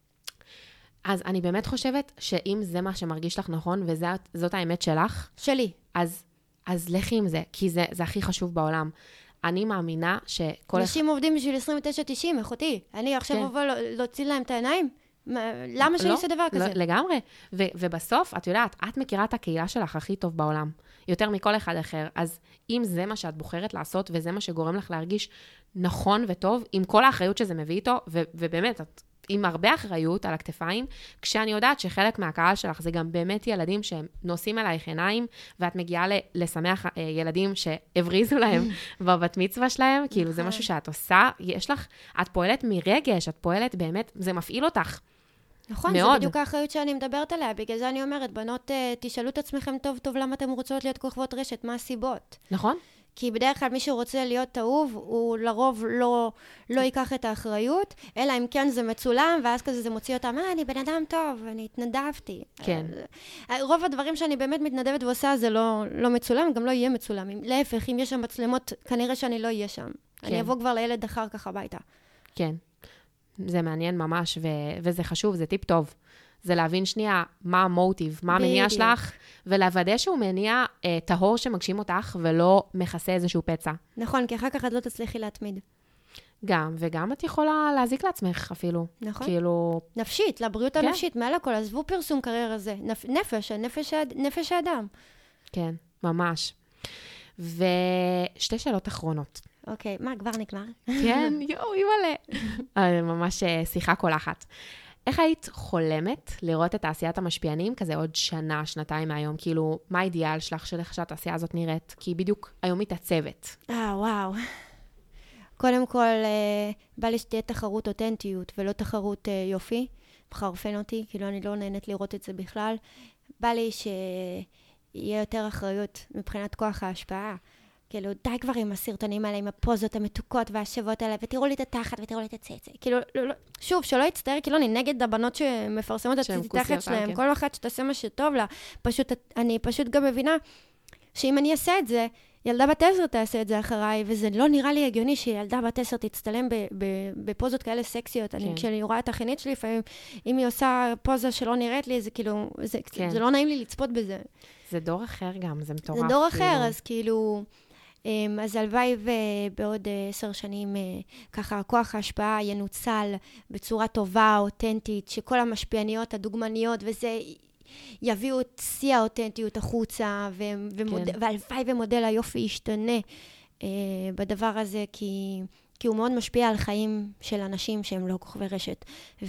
אז אני באמת חושבת שאם זה מה שמרגיש לך נכון, וזאת האמת שלך... שלי. אז, אז לכי עם זה, כי זה, זה הכי חשוב בעולם. אני מאמינה שכל... אנשים עובדים בשביל עשרים ותשע תשעים, אחותי. אני עכשיו אבוא להוציא להם את העיניים? למה שאני אעשה דבר כזה? לגמרי. ובסוף, את יודעת, את מכירה את הקהילה שלך הכי טוב בעולם. יותר מכל אחד אחר. אז אם זה מה שאת בוחרת לעשות, וזה מה שגורם לך להרגיש נכון וטוב, עם כל האחריות שזה מביא איתו, ובאמת, את... עם הרבה אחריות על הכתפיים, כשאני יודעת שחלק מהקהל שלך זה גם באמת ילדים שהם נושאים עלייך עיניים, ואת מגיעה לשמח ילדים שהבריזו להם בבת מצווה שלהם, כאילו זה משהו שאת עושה, יש לך, את פועלת מרגש, את פועלת באמת, זה מפעיל אותך. נכון, מאוד. זה בדיוק האחריות שאני מדברת עליה, בגלל זה אני אומרת, בנות, תשאלו את עצמכם טוב טוב למה אתם רוצות להיות כוכבות רשת, מה הסיבות? נכון. כי בדרך כלל מי שרוצה להיות אהוב, הוא לרוב לא, לא ייקח את האחריות, אלא אם כן זה מצולם, ואז כזה זה מוציא אותם, אה, אני בן אדם טוב, אני התנדבתי. כן. רוב הדברים שאני באמת מתנדבת ועושה, זה לא, לא מצולם, גם לא יהיה מצולם. להפך, אם יש שם מצלמות, כנראה שאני לא אהיה שם. כן. אני אבוא כבר לילד אחר כך הביתה. כן. זה מעניין ממש, ו- וזה חשוב, זה טיפ טוב. זה להבין שנייה מה המוטיב, מה המניע שלך, ולוודא שהוא מניע אה, טהור שמגשים אותך, ולא מכסה איזשהו פצע. נכון, כי אחר כך את לא תצליחי להתמיד. גם, וגם את יכולה להזיק לעצמך אפילו. נכון. כאילו... נפשית, לבריאות כן. הנפשית, מעל הכל, עזבו פרסום קריירה זה. נפ... נפש, נפש, נפש האדם. כן, ממש. ושתי שאלות אחרונות. אוקיי, מה, כבר נגמר? כן, יואו, אימא'לה. ממש שיחה כל אחת. איך היית חולמת לראות את תעשיית המשפיענים כזה עוד שנה, שנתיים מהיום? כאילו, מה האידיאל שלך של איך שהתעשייה הזאת נראית? כי היא בדיוק היום מתעצבת. אה, וואו. קודם כל, אה, בא לי שתהיה תחרות אותנטיות, ולא תחרות אה, יופי. מחרפן אותי, כאילו אני לא נהנית לראות את זה בכלל. בא לי שיהיה יותר אחריות מבחינת כוח ההשפעה. כאילו, די כבר עם הסרטונים האלה, עם הפוזות המתוקות והשוות האלה, ותראו לי את התחת, ותראו לי את הצצה. כאילו, לא, לא, שוב, שלא יצטער, כאילו, אני נגד הבנות שמפרסמות את התחת שלהם. כן. כל אחת שתעשה מה שטוב לה. פשוט, אני פשוט גם מבינה שאם אני אעשה את זה, ילדה בת עשר תעשה את זה אחריי, וזה לא נראה לי הגיוני שילדה בת עשר תצטלם בפוזות כאלה סקסיות. כן. אני, כשאני רואה את החינית שלי, לפעמים, אם היא עושה פוזה שלא נראית לי, זה כאילו, זה, כן. זה לא נעים לי לצפות בזה. זה דור אחר גם, זה מטורף. זה דור אחר, אז כאילו... אז הלוואי ובעוד עשר שנים ככה כוח ההשפעה ינוצל בצורה טובה, אותנטית, שכל המשפיעניות, הדוגמניות וזה יביאו את שיא האותנטיות החוצה, ומוד... כן. והלוואי ומודל היופי ישתנה בדבר הזה, כי... כי הוא מאוד משפיע על חיים של אנשים שהם לא כוכבי רשת.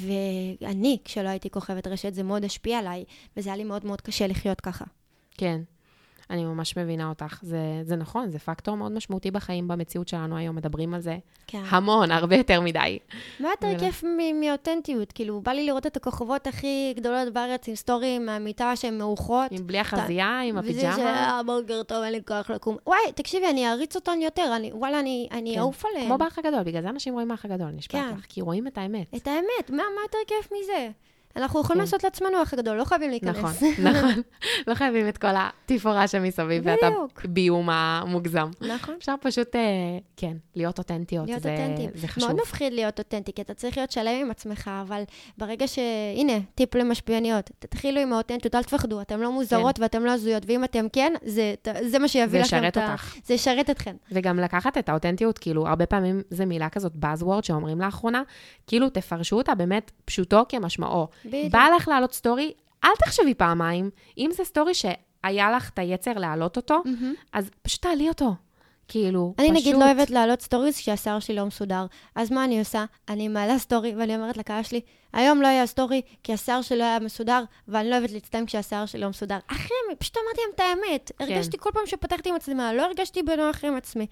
ואני, כשלא הייתי כוכבת רשת, זה מאוד השפיע עליי, וזה היה לי מאוד מאוד קשה לחיות ככה. כן. אני ממש מבינה אותך. זה, זה נכון, זה פקטור מאוד משמעותי בחיים, במציאות שלנו היום, מדברים על זה כן. המון, הרבה יותר מדי. מה יותר כיף מאותנטיות? כאילו, בא לי לראות את הכוכבות הכי גדולות בארץ, עם סטורים מהמיטה שהן מאורחות. עם בלי החזייה, עם הפיג'מה. וזה שאה, בוקר טוב, אין לי כוח לקום. וואי, תקשיבי, אני אריץ אותן יותר, אני, וואלה, אני, אני אעוף כן. עליהן. כמו באח הגדול, בגלל זה אנשים רואים באח הגדול, נשפט כן. לך, כי רואים את האמת. את האמת, מה, מה יותר כיף מזה? אנחנו יכולים לעשות לעצמנו אח הגדול, לא חייבים להיכנס. נכון, נכון. לא חייבים את כל התפאורה שמסביב, ואת הביום המוגזם. נכון. אפשר פשוט, כן, להיות אותנטיות. להיות אותנטיים. זה חשוב. מאוד מפחיד להיות אותנטי, כי אתה צריך להיות שלם עם עצמך, אבל ברגע ש... הנה, טיפ למשפיעניות. תתחילו עם האותנטיות, אל תפחדו. אתם לא מוזרות ואתם לא הזויות, ואם אתם כן, זה מה שיביא לכם את ה... זה ישרת אתכם. וגם לקחת את האותנטיות, כאילו, הרבה פעמים זה מילה כזאת, buzzword שאומרים לאחרונה, כאילו, תפרשו אותה באמת פשוטו כמשמעו. בא לך לעלות סטורי, אל תחשבי פעמיים. אם זה סטורי שהיה לך את היצר להעלות אותו, אז פשוט תעלי אותו. כאילו, אני נגיד לא אוהבת להעלות סטוריז כשהשיער שלי לא מסודר. אז מה אני עושה? אני מעלה סטורי ואני אומרת לקהל שלי, היום לא היה סטורי כי השיער שלי לא היה מסודר, ואני לא אוהבת להצטלם כשהשיער שלי לא מסודר. אחי, פשוט אמרתי להם את האמת. הרגשתי כל פעם שפתחתי עם עצמי, לא הרגשתי בנוח עם עצמי.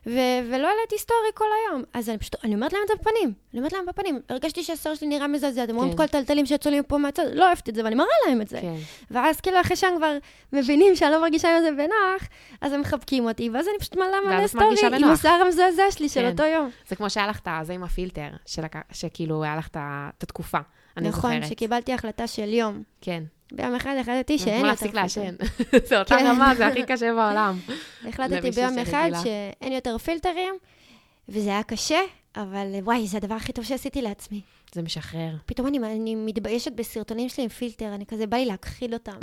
ולא העליתי סטורי כל היום. אז אני פשוט, אני אומרת להם את זה בפנים. אני אומרת להם בפנים. הרגשתי שהשיער שלי נראה מזעזע. אתם רואים את כל טלטלים שיצאו לי פה מהצד, לא אוהבת את זה, ואני מראה להם את זה. ואז כאילו אחרי שהם כבר מבינים שאני לא מרגישה עם זה בנוח, אז הם מחבקים אותי, ואז אני פשוט מעלה מלא סטורי עם השיער המזעזע שלי של אותו יום. זה כמו שהיה לך את זה עם הפילטר, שכאילו היה לך את התקופה. אני זוכרת. נכון, שקיבלתי החלטה של יום. כן. ביום אחד החלטתי שאין יותר פילטר. זה אותה רמה, זה הכי קשה בעולם. החלטתי ביום אחד שאין יותר פילטרים, וזה היה קשה, אבל וואי, זה הדבר הכי טוב שעשיתי לעצמי. זה משחרר. פתאום אני, אני מתביישת בסרטונים שלי עם פילטר, אני כזה בא לי להכחיל אותם.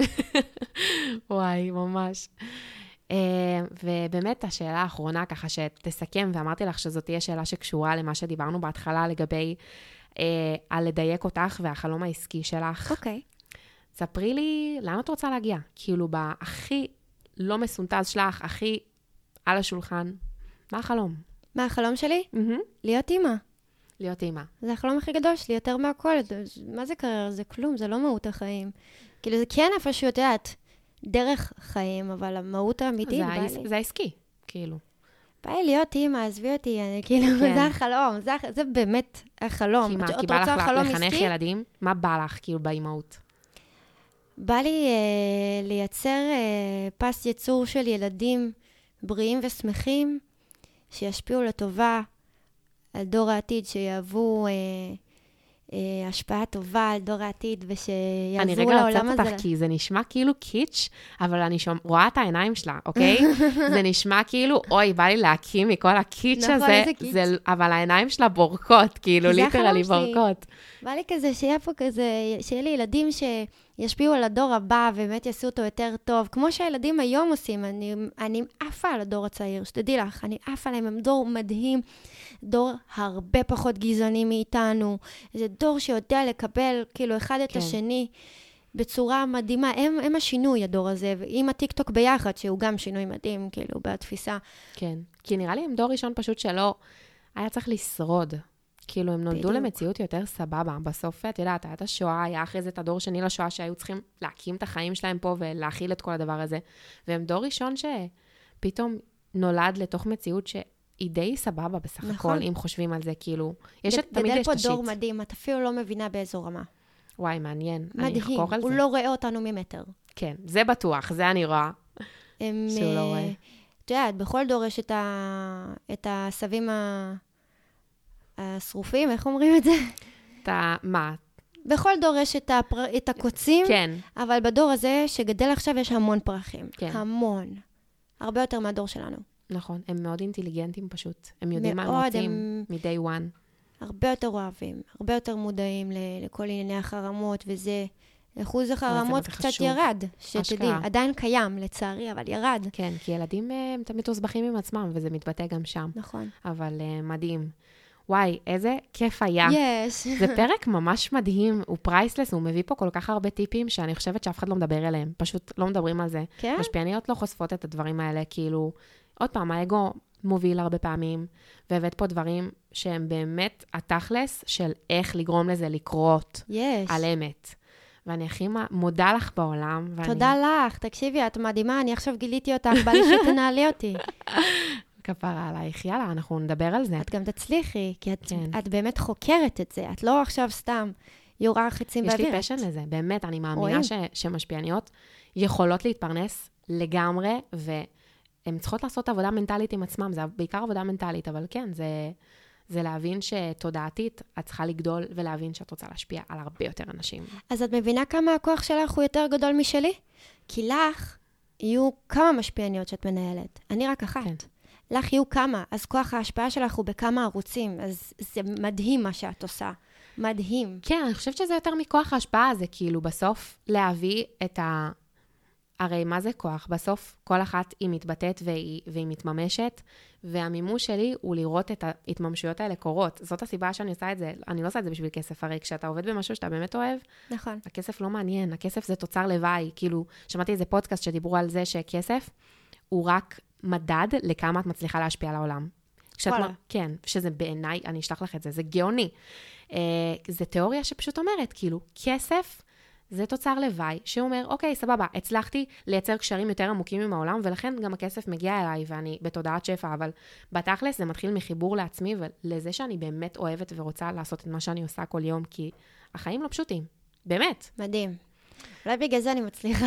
וואי, ממש. Uh, ובאמת השאלה האחרונה ככה שתסכם, ואמרתי לך שזאת תהיה שאלה שקשורה למה שדיברנו בהתחלה לגבי uh, על לדייק אותך והחלום העסקי שלך. אוקיי. Okay. ספרי לי לאן את רוצה להגיע, כאילו בהכי לא מסונטז שלך, הכי על השולחן, מה החלום? מה החלום שלי? Mm-hmm. להיות אימא. להיות אימא. זה החלום הכי גדול שלי, יותר מהכל. מה זה קריירה? זה כלום, זה לא מהות החיים. כאילו זה כן פשוט יודעת. דרך חיים, אבל המהות האמיתית בא לי. זה העסקי, כאילו. בא לי להיות אימא, עזבי אותי, אני, כאילו, זה החלום, זה, זה באמת החלום. כי מה, כי בא לך לחנך ילדים? מה בא לך, כאילו, באימהות? בא לי אה, לייצר אה, פס ייצור של ילדים בריאים ושמחים, שישפיעו לטובה על דור העתיד, שיהוו... אה, השפעה טובה על דור העתיד, ושיעזרו לעולם הזה. אני רגע הוצאת אותך, כי זה נשמע כאילו קיץ', אבל אני רואה את העיניים שלה, אוקיי? זה נשמע כאילו, אוי, בא לי להקים מכל הקיץ' הזה. נכון, איזה קיץ'. אבל העיניים שלה בורקות, כאילו, ליטרלי בורקות. בא לי כזה, שיהיה פה כזה, שיהיה לי ילדים שישפיעו על הדור הבא, ובאמת יעשו אותו יותר טוב, כמו שהילדים היום עושים. אני, אני עפה על הדור הצעיר, שתדעי לך, אני עפה עליהם, הם דור מדהים, דור הרבה פחות גזעני מאיתנו, זה דור שיודע לקבל כאילו אחד את כן. השני בצורה מדהימה, הם, הם השינוי הדור הזה, ועם הטיק-טוק ביחד, שהוא גם שינוי מדהים, כאילו, בתפיסה. כן, כי נראה לי הם דור ראשון פשוט שלא היה צריך לשרוד, כאילו הם נולדו בדיוק. למציאות יותר סבבה, בסוף את יודעת, היה את השואה, היה אחרי זה את הדור שני לשואה, שהיו צריכים להקים את החיים שלהם פה, ולהכיל את כל הדבר הזה, והם דור ראשון שפתאום נולד לתוך מציאות ש... היא די סבבה בסך נכון. הכל, אם חושבים על זה, כאילו, יש גד, את, תמיד יש את השיט. גדל פה דור מדהים, את אפילו לא מבינה באיזו רמה. וואי, מעניין. אני מדהים, אחקור על הוא זה. לא רואה אותנו ממטר. כן, זה בטוח, זה אני רואה. הם, שהוא לא רואה. את יודעת, בכל דור יש את, ה... את הסבים ה... השרופים, איך אומרים את זה? אתה, מה? בכל דור יש את, הפר... את הקוצים, כן. אבל בדור הזה שגדל עכשיו יש המון פרחים. כן. המון. הרבה יותר מהדור שלנו. נכון, הם מאוד אינטליגנטים פשוט. הם יודעים מה הם מאוד, רוצים הם- מ-day one. הרבה יותר אוהבים, הרבה יותר מודעים ל... לכל ענייני החרמות וזה. אחוז החרמות זה קצת חשוב. ירד, שתדעי. אשכרה. עדיין קיים, לצערי, אבל ירד. כן, כי ילדים אה, הם תמיד מתוסבכים עם עצמם, וזה מתבטא גם שם. נכון. אבל uh, מדהים. וואי, איזה כיף היה. יש. זה פרק ממש מדהים, הוא פרייסלס, הוא מביא פה כל כך הרבה טיפים שאני חושבת שאף אחד לא מדבר אליהם, פשוט לא מדברים על זה. כן? משפיעניות לא חושפות את הדברים האלה, כאילו, עוד פעם, האגו מוביל הרבה פעמים, והבאת פה דברים שהם באמת התכלס של איך לגרום לזה לקרות יש. על אמת. ואני הכי מודה לך בעולם. ואני... תודה לך, תקשיבי, את מדהימה, אני עכשיו גיליתי אותך, בא לי שתנהלי אותי. כפרה עלייך, יאללה, אנחנו נדבר על זה. את גם תצליחי, כי את, כן. את באמת חוקרת את זה, את לא עכשיו סתם יורה חצים יש באוויר. לי פשן לזה, באמת, אני מאמינה רואים. ש, שמשפיעניות יכולות להתפרנס לגמרי, והן צריכות לעשות עבודה מנטלית עם עצמם, זה בעיקר עבודה מנטלית, אבל כן, זה, זה להבין שתודעתית את צריכה לגדול, ולהבין שאת רוצה להשפיע על הרבה יותר אנשים. אז את מבינה כמה הכוח שלך הוא יותר גדול משלי? כי לך יהיו כמה משפיעניות שאת מנהלת, אני רק אחת. כן. לך יהיו כמה, אז כוח ההשפעה שלך הוא בכמה ערוצים, אז זה מדהים מה שאת עושה. מדהים. כן, אני חושבת שזה יותר מכוח ההשפעה, זה כאילו בסוף להביא את ה... הרי מה זה כוח? בסוף כל אחת היא מתבטאת והיא, והיא מתממשת, והמימוש שלי הוא לראות את ההתממשויות האלה קורות. זאת הסיבה שאני עושה את זה. אני לא עושה את זה בשביל כסף, הרי כשאתה עובד במשהו שאתה באמת אוהב, נכון. הכסף לא מעניין, הכסף זה תוצר לוואי. כאילו, שמעתי איזה פודקאסט שדיברו על זה שכסף הוא רק מדד לכמה את מצליחה להשפיע על העולם. וואלה. מה, כן, שזה בעיניי, אני אשלח לך את זה, זה גאוני. אה, זה תיאוריה שפשוט אומרת, כאילו, כסף זה תוצר לוואי, שאומר, אוקיי, סבבה, הצלחתי לייצר קשרים יותר עמוקים עם העולם, ולכן גם הכסף מגיע אליי, ואני בתודעת שפע, אבל בתכלס זה מתחיל מחיבור לעצמי, ולזה שאני באמת אוהבת ורוצה לעשות את מה שאני עושה כל יום, כי החיים לא פשוטים, באמת. מדהים. אולי בגלל זה אני מצליחה.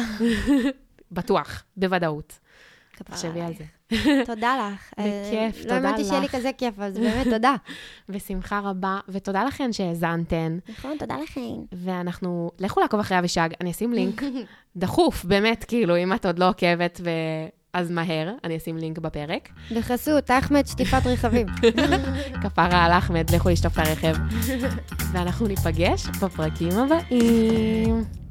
בטוח, בוודאות. כפרה תחשבי על עלייך. זה. תודה לך. בכיף, אה, תודה לא האמנתי שיהיה לי לך. כזה כיף, אז באמת תודה. בשמחה רבה, ותודה לכן שהאזנתן. נכון, תודה לכם. ואנחנו, לכו לעקוב אחרי אבישג, אני אשים לינק דחוף, באמת, כאילו, אם את עוד לא עוקבת, ו... אז מהר, אני אשים לינק בפרק. בחסות, אחמד שטיפת רכבים. כפרה על אחמד, לכו לשטוף את הרכב. ואנחנו ניפגש בפרקים הבאים.